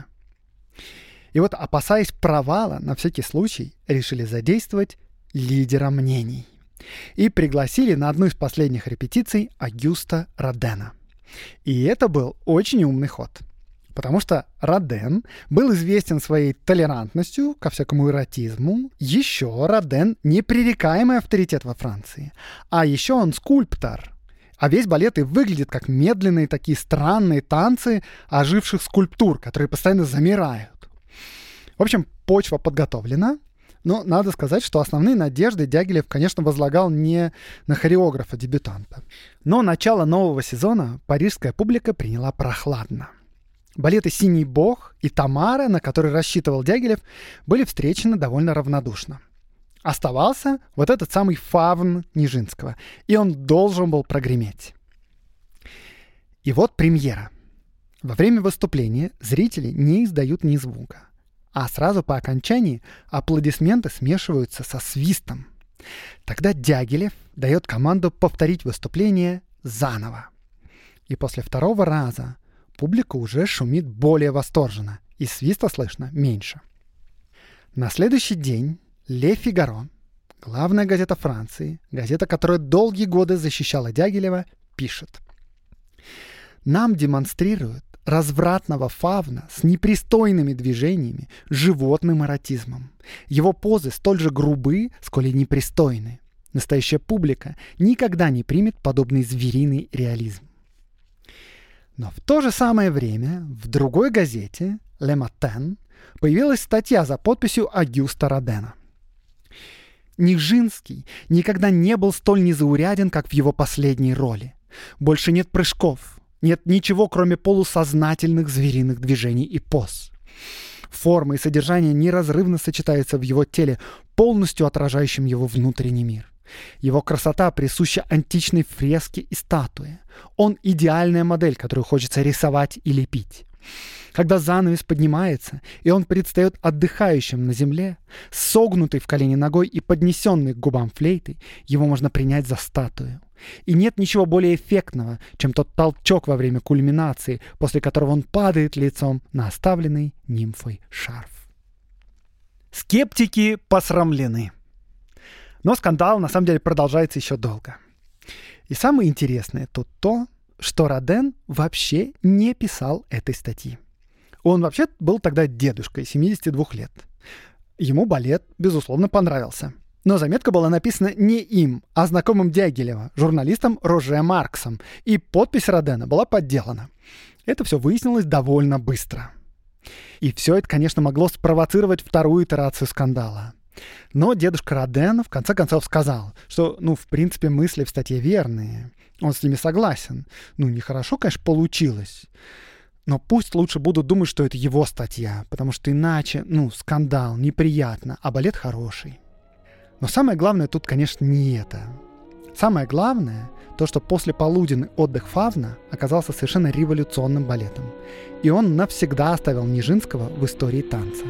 Speaker 1: И вот, опасаясь провала, на всякий случай решили задействовать лидера мнений. И пригласили на одну из последних репетиций Огюста Родена. И это был очень умный ход. Потому что Роден был известен своей толерантностью ко всякому эротизму. Еще Роден — непререкаемый авторитет во Франции. А еще он скульптор. А весь балет и выглядит как медленные такие странные танцы оживших скульптур, которые постоянно замирают. В общем, почва подготовлена. Но надо сказать, что основные надежды Дягилев, конечно, возлагал не на хореографа-дебютанта. Но начало нового сезона парижская публика приняла прохладно. Балеты «Синий бог» и «Тамара», на которые рассчитывал Дягилев, были встречены довольно равнодушно. Оставался вот этот самый фавн Нижинского, и он должен был прогреметь. И вот премьера. Во время выступления зрители не издают ни звука, а сразу по окончании аплодисменты смешиваются со свистом. Тогда Дягилев дает команду повторить выступление заново. И после второго раза публика уже шумит более восторженно, и свиста слышно меньше. На следующий день «Ле Фигаро», главная газета Франции, газета, которая долгие годы защищала Дягилева, пишет: «Нам демонстрируют развратного фавна с непристойными движениями, животным эротизмом. Его позы столь же грубы, сколь и непристойны. Настоящая публика никогда не примет подобный звериный реализм». Но в то же самое время в другой газете, «Le Matin», появилась статья за подписью Огюста Родена. Нижинский никогда не был столь незауряден, как в его последней роли. Больше нет прыжков, нет ничего, кроме полусознательных звериных движений и поз. Форма и содержание неразрывно сочетаются в его теле, полностью отражающем его внутренний мир. Его красота присуща античной фреске и статуе. Он идеальная модель, которую хочется рисовать и лепить. Когда занавес поднимается, и он предстает отдыхающим на земле, согнутый в колени ногой и поднесенный к губам флейты, его можно принять за статую. И нет ничего более эффектного, чем тот толчок во время кульминации, после которого он падает лицом на оставленный нимфой шарф. Скептики посрамлены. Но скандал на самом деле продолжается еще долго. И самое интересное тут то, что Роден вообще не писал этой статьи. Он вообще был тогда дедушкой, семидесяти двух лет. Ему балет, безусловно, понравился. Но заметка была написана не им, а знакомым Дягилева, журналистом Роже Марксом, и подпись Родена была подделана. Это все выяснилось довольно быстро. И все это, конечно, могло спровоцировать вторую итерацию скандала. Но дедушка Роден в конце концов сказал, что, ну, в принципе, мысли в статье верные. Он с ними согласен. Ну, нехорошо, конечно, получилось. Но пусть лучше будут думать, что это его статья, потому что иначе, ну, скандал, неприятно, а балет хороший. Но самое главное тут, конечно, не это. Самое главное то, что послеполуденный отдых Фавна оказался совершенно революционным балетом. И он навсегда оставил Нижинского в истории танца.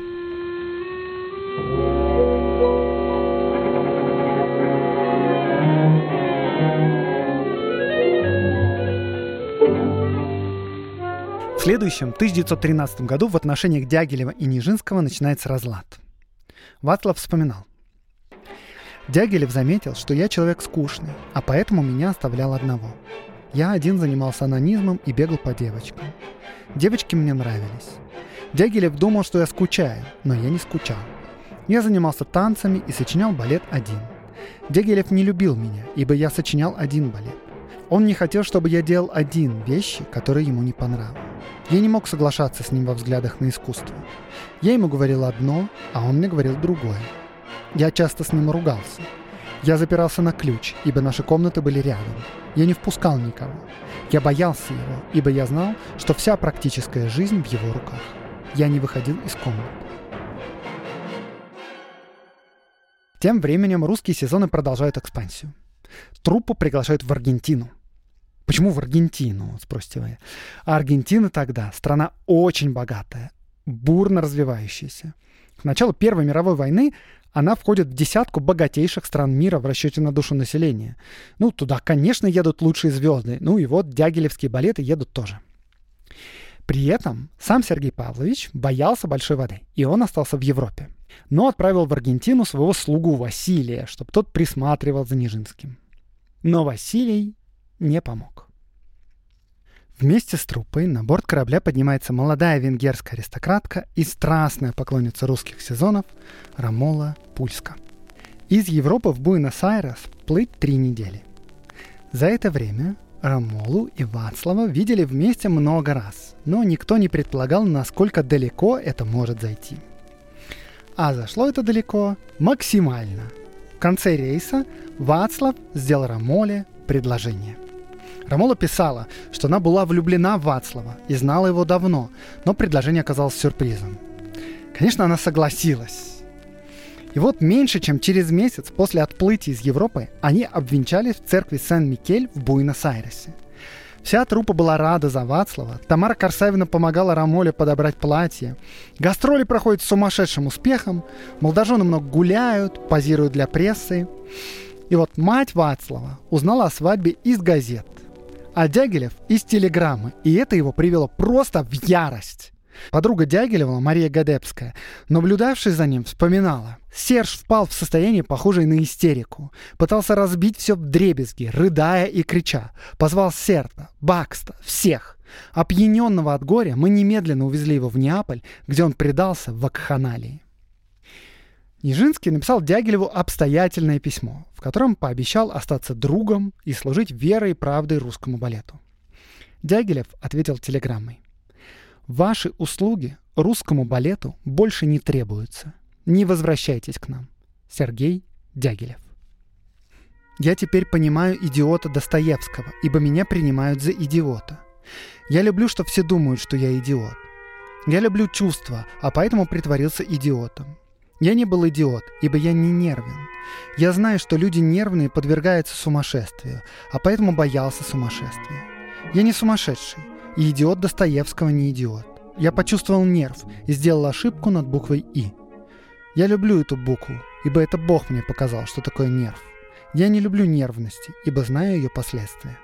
Speaker 1: В следующем, тысяча девятьсот тринадцатом году, в отношениях Дягилева и Нижинского начинается разлад. Вацлав вспоминал. Дягилев заметил, что я человек скучный, а поэтому меня оставлял одного. Я один занимался анонизмом и бегал по девочкам. Девочки мне нравились. Дягилев думал, что я скучаю, но я не скучал. Я занимался танцами и сочинял балет один. Дягилев не любил меня, ибо я сочинял один балет. Он не хотел, чтобы я делал один вещи, которые ему не понравились. Я не мог соглашаться с ним во взглядах на искусство. Я ему говорил одно, а он мне говорил другое. Я часто с ним ругался. Я запирался на ключ, ибо наши комнаты были рядом. Я не впускал никого. Я боялся его, ибо я знал, что вся практическая жизнь в его руках. Я не выходил из комнаты. Тем временем русские сезоны продолжают экспансию. Труппу приглашают в Аргентину. Почему в Аргентину, спросите вы? А Аргентина тогда страна очень богатая, бурно развивающаяся. К началу Первой мировой войны она входит в десятку богатейших стран мира в расчете на душу населения. Ну, туда, конечно, едут лучшие звезды. Ну и вот дягилевские балеты едут тоже. При этом сам Сергей Павлович боялся большой воды, и он остался в Европе. Но отправил в Аргентину своего слугу Василия, чтобы тот присматривал за Нижинским. Но Василий не помог. Вместе с труппой на борт корабля поднимается молодая венгерская аристократка и страстная поклонница русских сезонов Ромола Пульска. Из Европы в Буэнос-Айрес плыть три недели. За это время Ромолу и Вацлава видели вместе много раз, но никто не предполагал, насколько далеко это может зайти. А зашло это далеко максимально. В конце рейса Вацлав сделал Ромоле предложение. Ромола писала, что она была влюблена в Вацлава и знала его давно, но предложение оказалось сюрпризом. Конечно, она согласилась. И вот меньше чем через месяц после отплытия из Европы они обвенчались в церкви Сен-Микель в Буэнос-Айресе. Вся труппа была рада за Вацлава. Тамара Корсавина помогала Ромоле подобрать платье. Гастроли проходят с сумасшедшим успехом. Молодожены много гуляют, позируют для прессы. И вот мать Вацлава узнала о свадьбе из газет, а Дягилев из телеграммы. И это его привело просто в ярость. Подруга Дягилева, Мария Гадебская, наблюдавшая за ним, вспоминала. Серж впал в состояние, похожее на истерику. Пытался разбить все вдребезги, рыдая и крича. Позвал Серта, Бакста, всех. Опьяненного от горя мы немедленно увезли его в Неаполь, где он предался вакханалии. Нижинский написал Дягилеву обстоятельное письмо, в котором пообещал остаться другом и служить верой и правдой русскому балету. Дягилев ответил телеграммой. «Ваши услуги русскому балету больше не требуются. Не возвращайтесь к нам. Сергей Дягилев. Я теперь понимаю идиота Достоевского, ибо меня принимают за идиота. Я люблю, что все думают, что я идиот. Я люблю чувства, а поэтому притворился идиотом. Я не был идиот, ибо я не нервен. Я знаю, что люди нервные подвергаются сумасшествию, а поэтому боялся сумасшествия. Я не сумасшедший, и идиот Достоевского не идиот. Я почувствовал нерв и сделал ошибку над буквой «и». Я люблю эту букву, ибо это Бог мне показал, что такое нерв. Я не люблю нервности, ибо знаю ее последствия.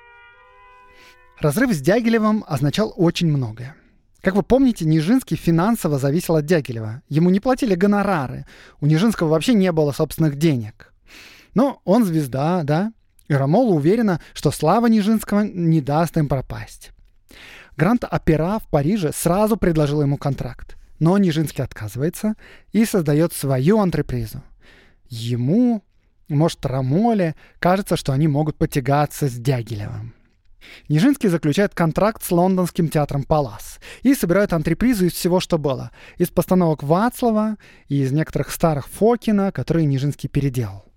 Speaker 1: Разрыв с Дягилевым означал очень многое. Как вы помните, Нижинский финансово зависел от Дягилева. Ему не платили гонорары. У Нижинского вообще не было собственных денег. Но он звезда, да? И Рамола уверена, что слава Нижинского не даст им пропасть. Гранд Опера в Париже сразу предложил ему контракт. Но Нижинский отказывается и создает свою антрепризу. Ему, может, Рамоле, кажется, что они могут потягаться с Дягилевым. Нижинский заключает контракт с лондонским театром «Палас» и собирает антрепризу из всего, что было. Из постановок Вацлава и из некоторых старых Фокина, которые Нижинский переделал.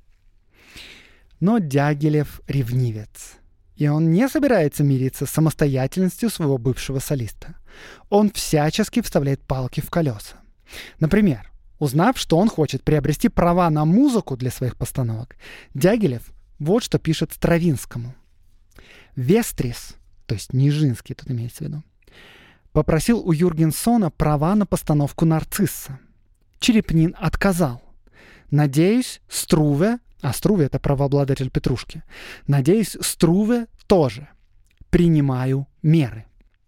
Speaker 1: Но Дягилев ревнивец. И он не собирается мириться с самостоятельностью своего бывшего солиста. Он всячески вставляет палки в колеса. Например, узнав, что он хочет приобрести права на музыку для своих постановок, Дягилев вот что пишет Стравинскому. Вестрис, то есть Нижинский тут имеется в виду, попросил у Юргенсона права на постановку «Нарцисса». Черепнин отказал. Надеюсь, Струве, а Струве — это правообладатель Петрушки, надеюсь, Струве тоже. Принимаю меры.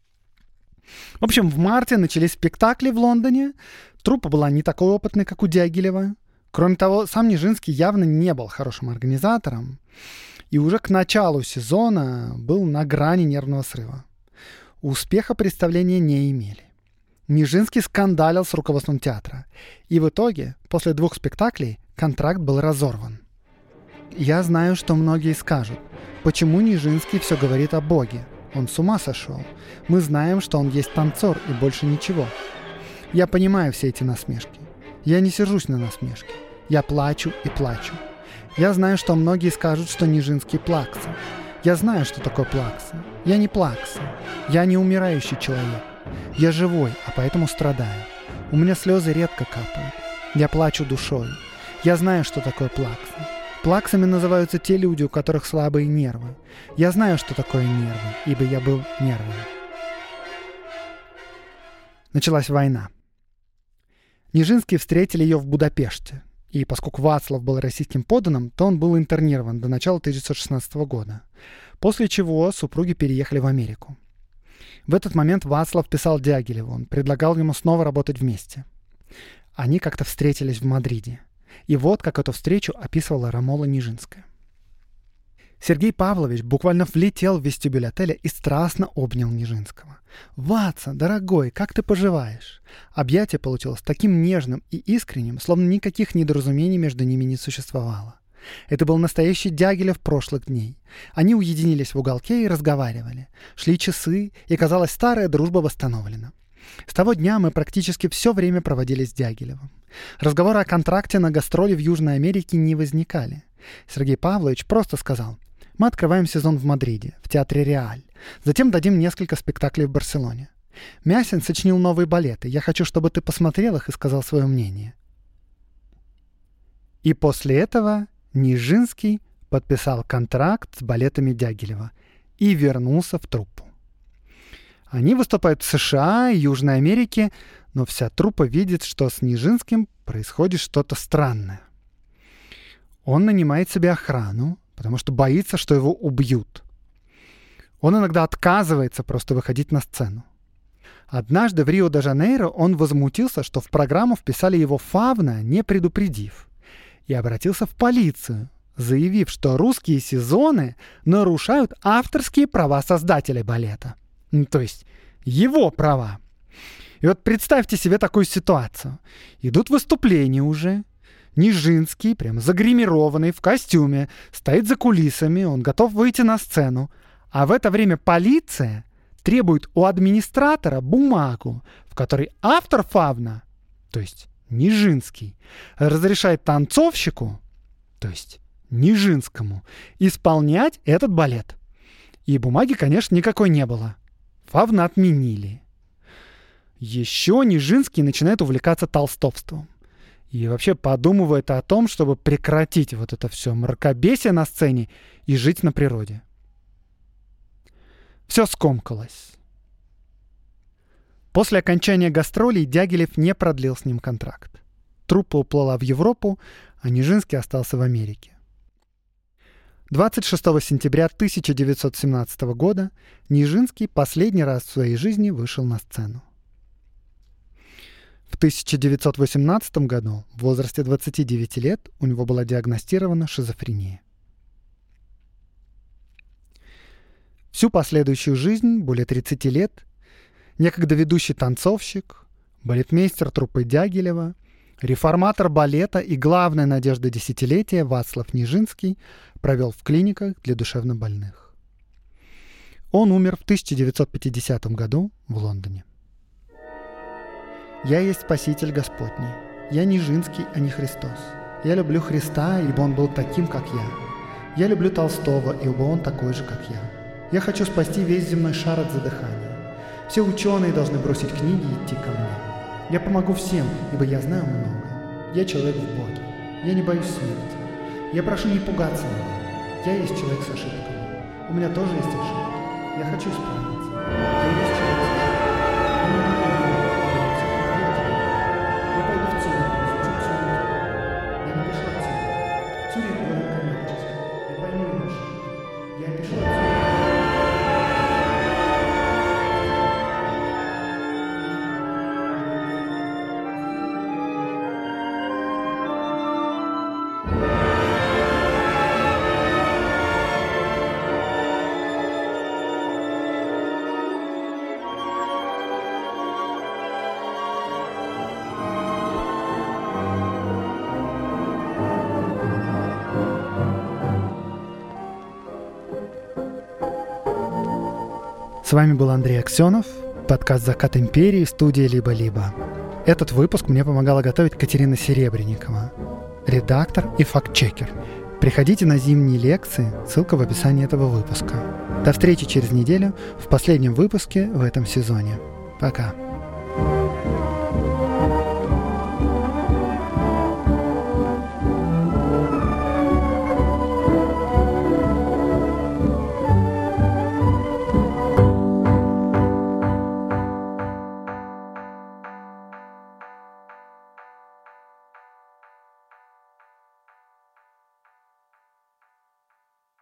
Speaker 1: В общем, в марте начались спектакли в Лондоне. Труппа была не такой опытной, как у Дягилева. Кроме того, сам Нижинский явно не был хорошим организатором. И уже к началу сезона был на грани нервного срыва. Успеха представления не имели. Нижинский скандалил с руководством театра. И в итоге, после двух спектаклей, контракт был разорван. Я знаю, что многие скажут, почему Нижинский все говорит о Боге. Он с ума сошел. Мы знаем, что он есть танцор и больше ничего. Я понимаю все эти насмешки. Я не сержусь на насмешки. Я плачу и плачу. Я знаю, что многие скажут, что Нижинский плакса. Я знаю, что такое плакса. Я не плакса. Я не умирающий человек. Я живой, а поэтому страдаю. У меня слезы редко капают. Я плачу душой. Я знаю, что такое плакса. Плаксами называются те люди, у которых слабые нервы. Я знаю, что такое нервы, ибо я был нервным. Началась война. Нижинский встретили ее в Будапеште. И поскольку Вацлав был российским подданным, то он был интернирован до начала тысяча девятьсот шестнадцатого года. После чего супруги переехали в Америку. В этот момент Вацлав писал Дягилеву, он предлагал ему снова работать вместе. Они как-то встретились в Мадриде. И вот как эту встречу описывала Рамола Нижинская. Сергей Павлович буквально влетел в вестибюль отеля и страстно обнял Нижинского. «Ватса, дорогой, как ты поживаешь?» Объятие получилось таким нежным и искренним, словно никаких недоразумений между ними не существовало. Это был настоящий Дягилев прошлых дней. Они уединились в уголке и разговаривали. Шли часы, и, казалось, старая дружба восстановлена. С того дня мы практически все время проводили с Дягилевым. Разговоры о контракте на гастроли в Южной Америке не возникали. Сергей Павлович просто сказал: «Мы открываем сезон в Мадриде, в театре Реаль. Затем дадим несколько спектаклей в Барселоне. Мясин сочинил новые балеты. Я хочу, чтобы ты посмотрел их и сказал свое мнение». И после этого Нижинский подписал контракт с балетами Дягилева и вернулся в труппу. Они выступают в США и Южной Америке, но вся труппа видит, что с Нижинским происходит что-то странное. Он нанимает себе охрану, потому что боится, что его убьют. Он иногда отказывается просто выходить на сцену. Однажды в Рио-де-Жанейро он возмутился, что в программу вписали его фавна, не предупредив, и обратился в полицию, заявив, что русские сезоны нарушают авторские права создателей балета. Ну, то есть его права. И вот представьте себе такую ситуацию. Идут выступления уже. Нижинский, прям загримированный, в костюме, стоит за кулисами, он готов выйти на сцену. А в это время полиция требует у администратора бумагу, в которой автор фавна, то есть Нижинский, разрешает танцовщику, то есть Нижинскому, исполнять этот балет. И бумаги, конечно, никакой не было. Фавна отменили. Еще Нижинский начинает увлекаться толстовством. И вообще подумывает о том, чтобы прекратить вот это все мракобесие на сцене и жить на природе. Все скомкалось. После окончания гастролей Дягилев не продлил с ним контракт. Труппа уплыла в Европу, а Нижинский остался в Америке. двадцать шестого сентября тысяча девятьсот семнадцатого года Нижинский последний раз в своей жизни вышел на сцену. В тысяча девятьсот восемнадцатом году, в возрасте двадцати девяти лет, у него была диагностирована шизофрения. Всю последующую жизнь, более тридцати лет, некогда ведущий танцовщик, балетмейстер труппы Дягилева, реформатор балета и главная надежда десятилетия Вацлав Нижинский провел в клиниках для душевнобольных. Он умер в тысяча девятьсот пятидесятом году в Лондоне. «Я есть Спаситель Господний. Я Нижинский, а не Христос. Я люблю Христа, ибо Он был таким, как я. Я люблю Толстого, ибо он такой же, как я. Я хочу спасти весь земной шар от задыхания. Все ученые должны бросить книги и идти ко мне. Я помогу всем, ибо я знаю много. Я человек в Боге. Я не боюсь смерти. Я прошу не пугаться меня. Я есть человек с ошибками. У меня тоже есть ошибки. Я хочу исправиться. Я есть человек с ошибками. Я пойду в Цюрих, изучу Цюрих. Я напишу о Цюрихе. Цюрих город коммерческий. Я пойму его ошибки. Я пишу о Цюрихе. С вами был Андрей Аксенов, подкаст «Закат империи», студия «Либо-либо». Этот выпуск мне помогала готовить Катерина Серебренникова, редактор и фактчекер. Приходите на зимние лекции, ссылка в описании этого выпуска. До встречи через неделю в последнем выпуске в этом сезоне. Пока.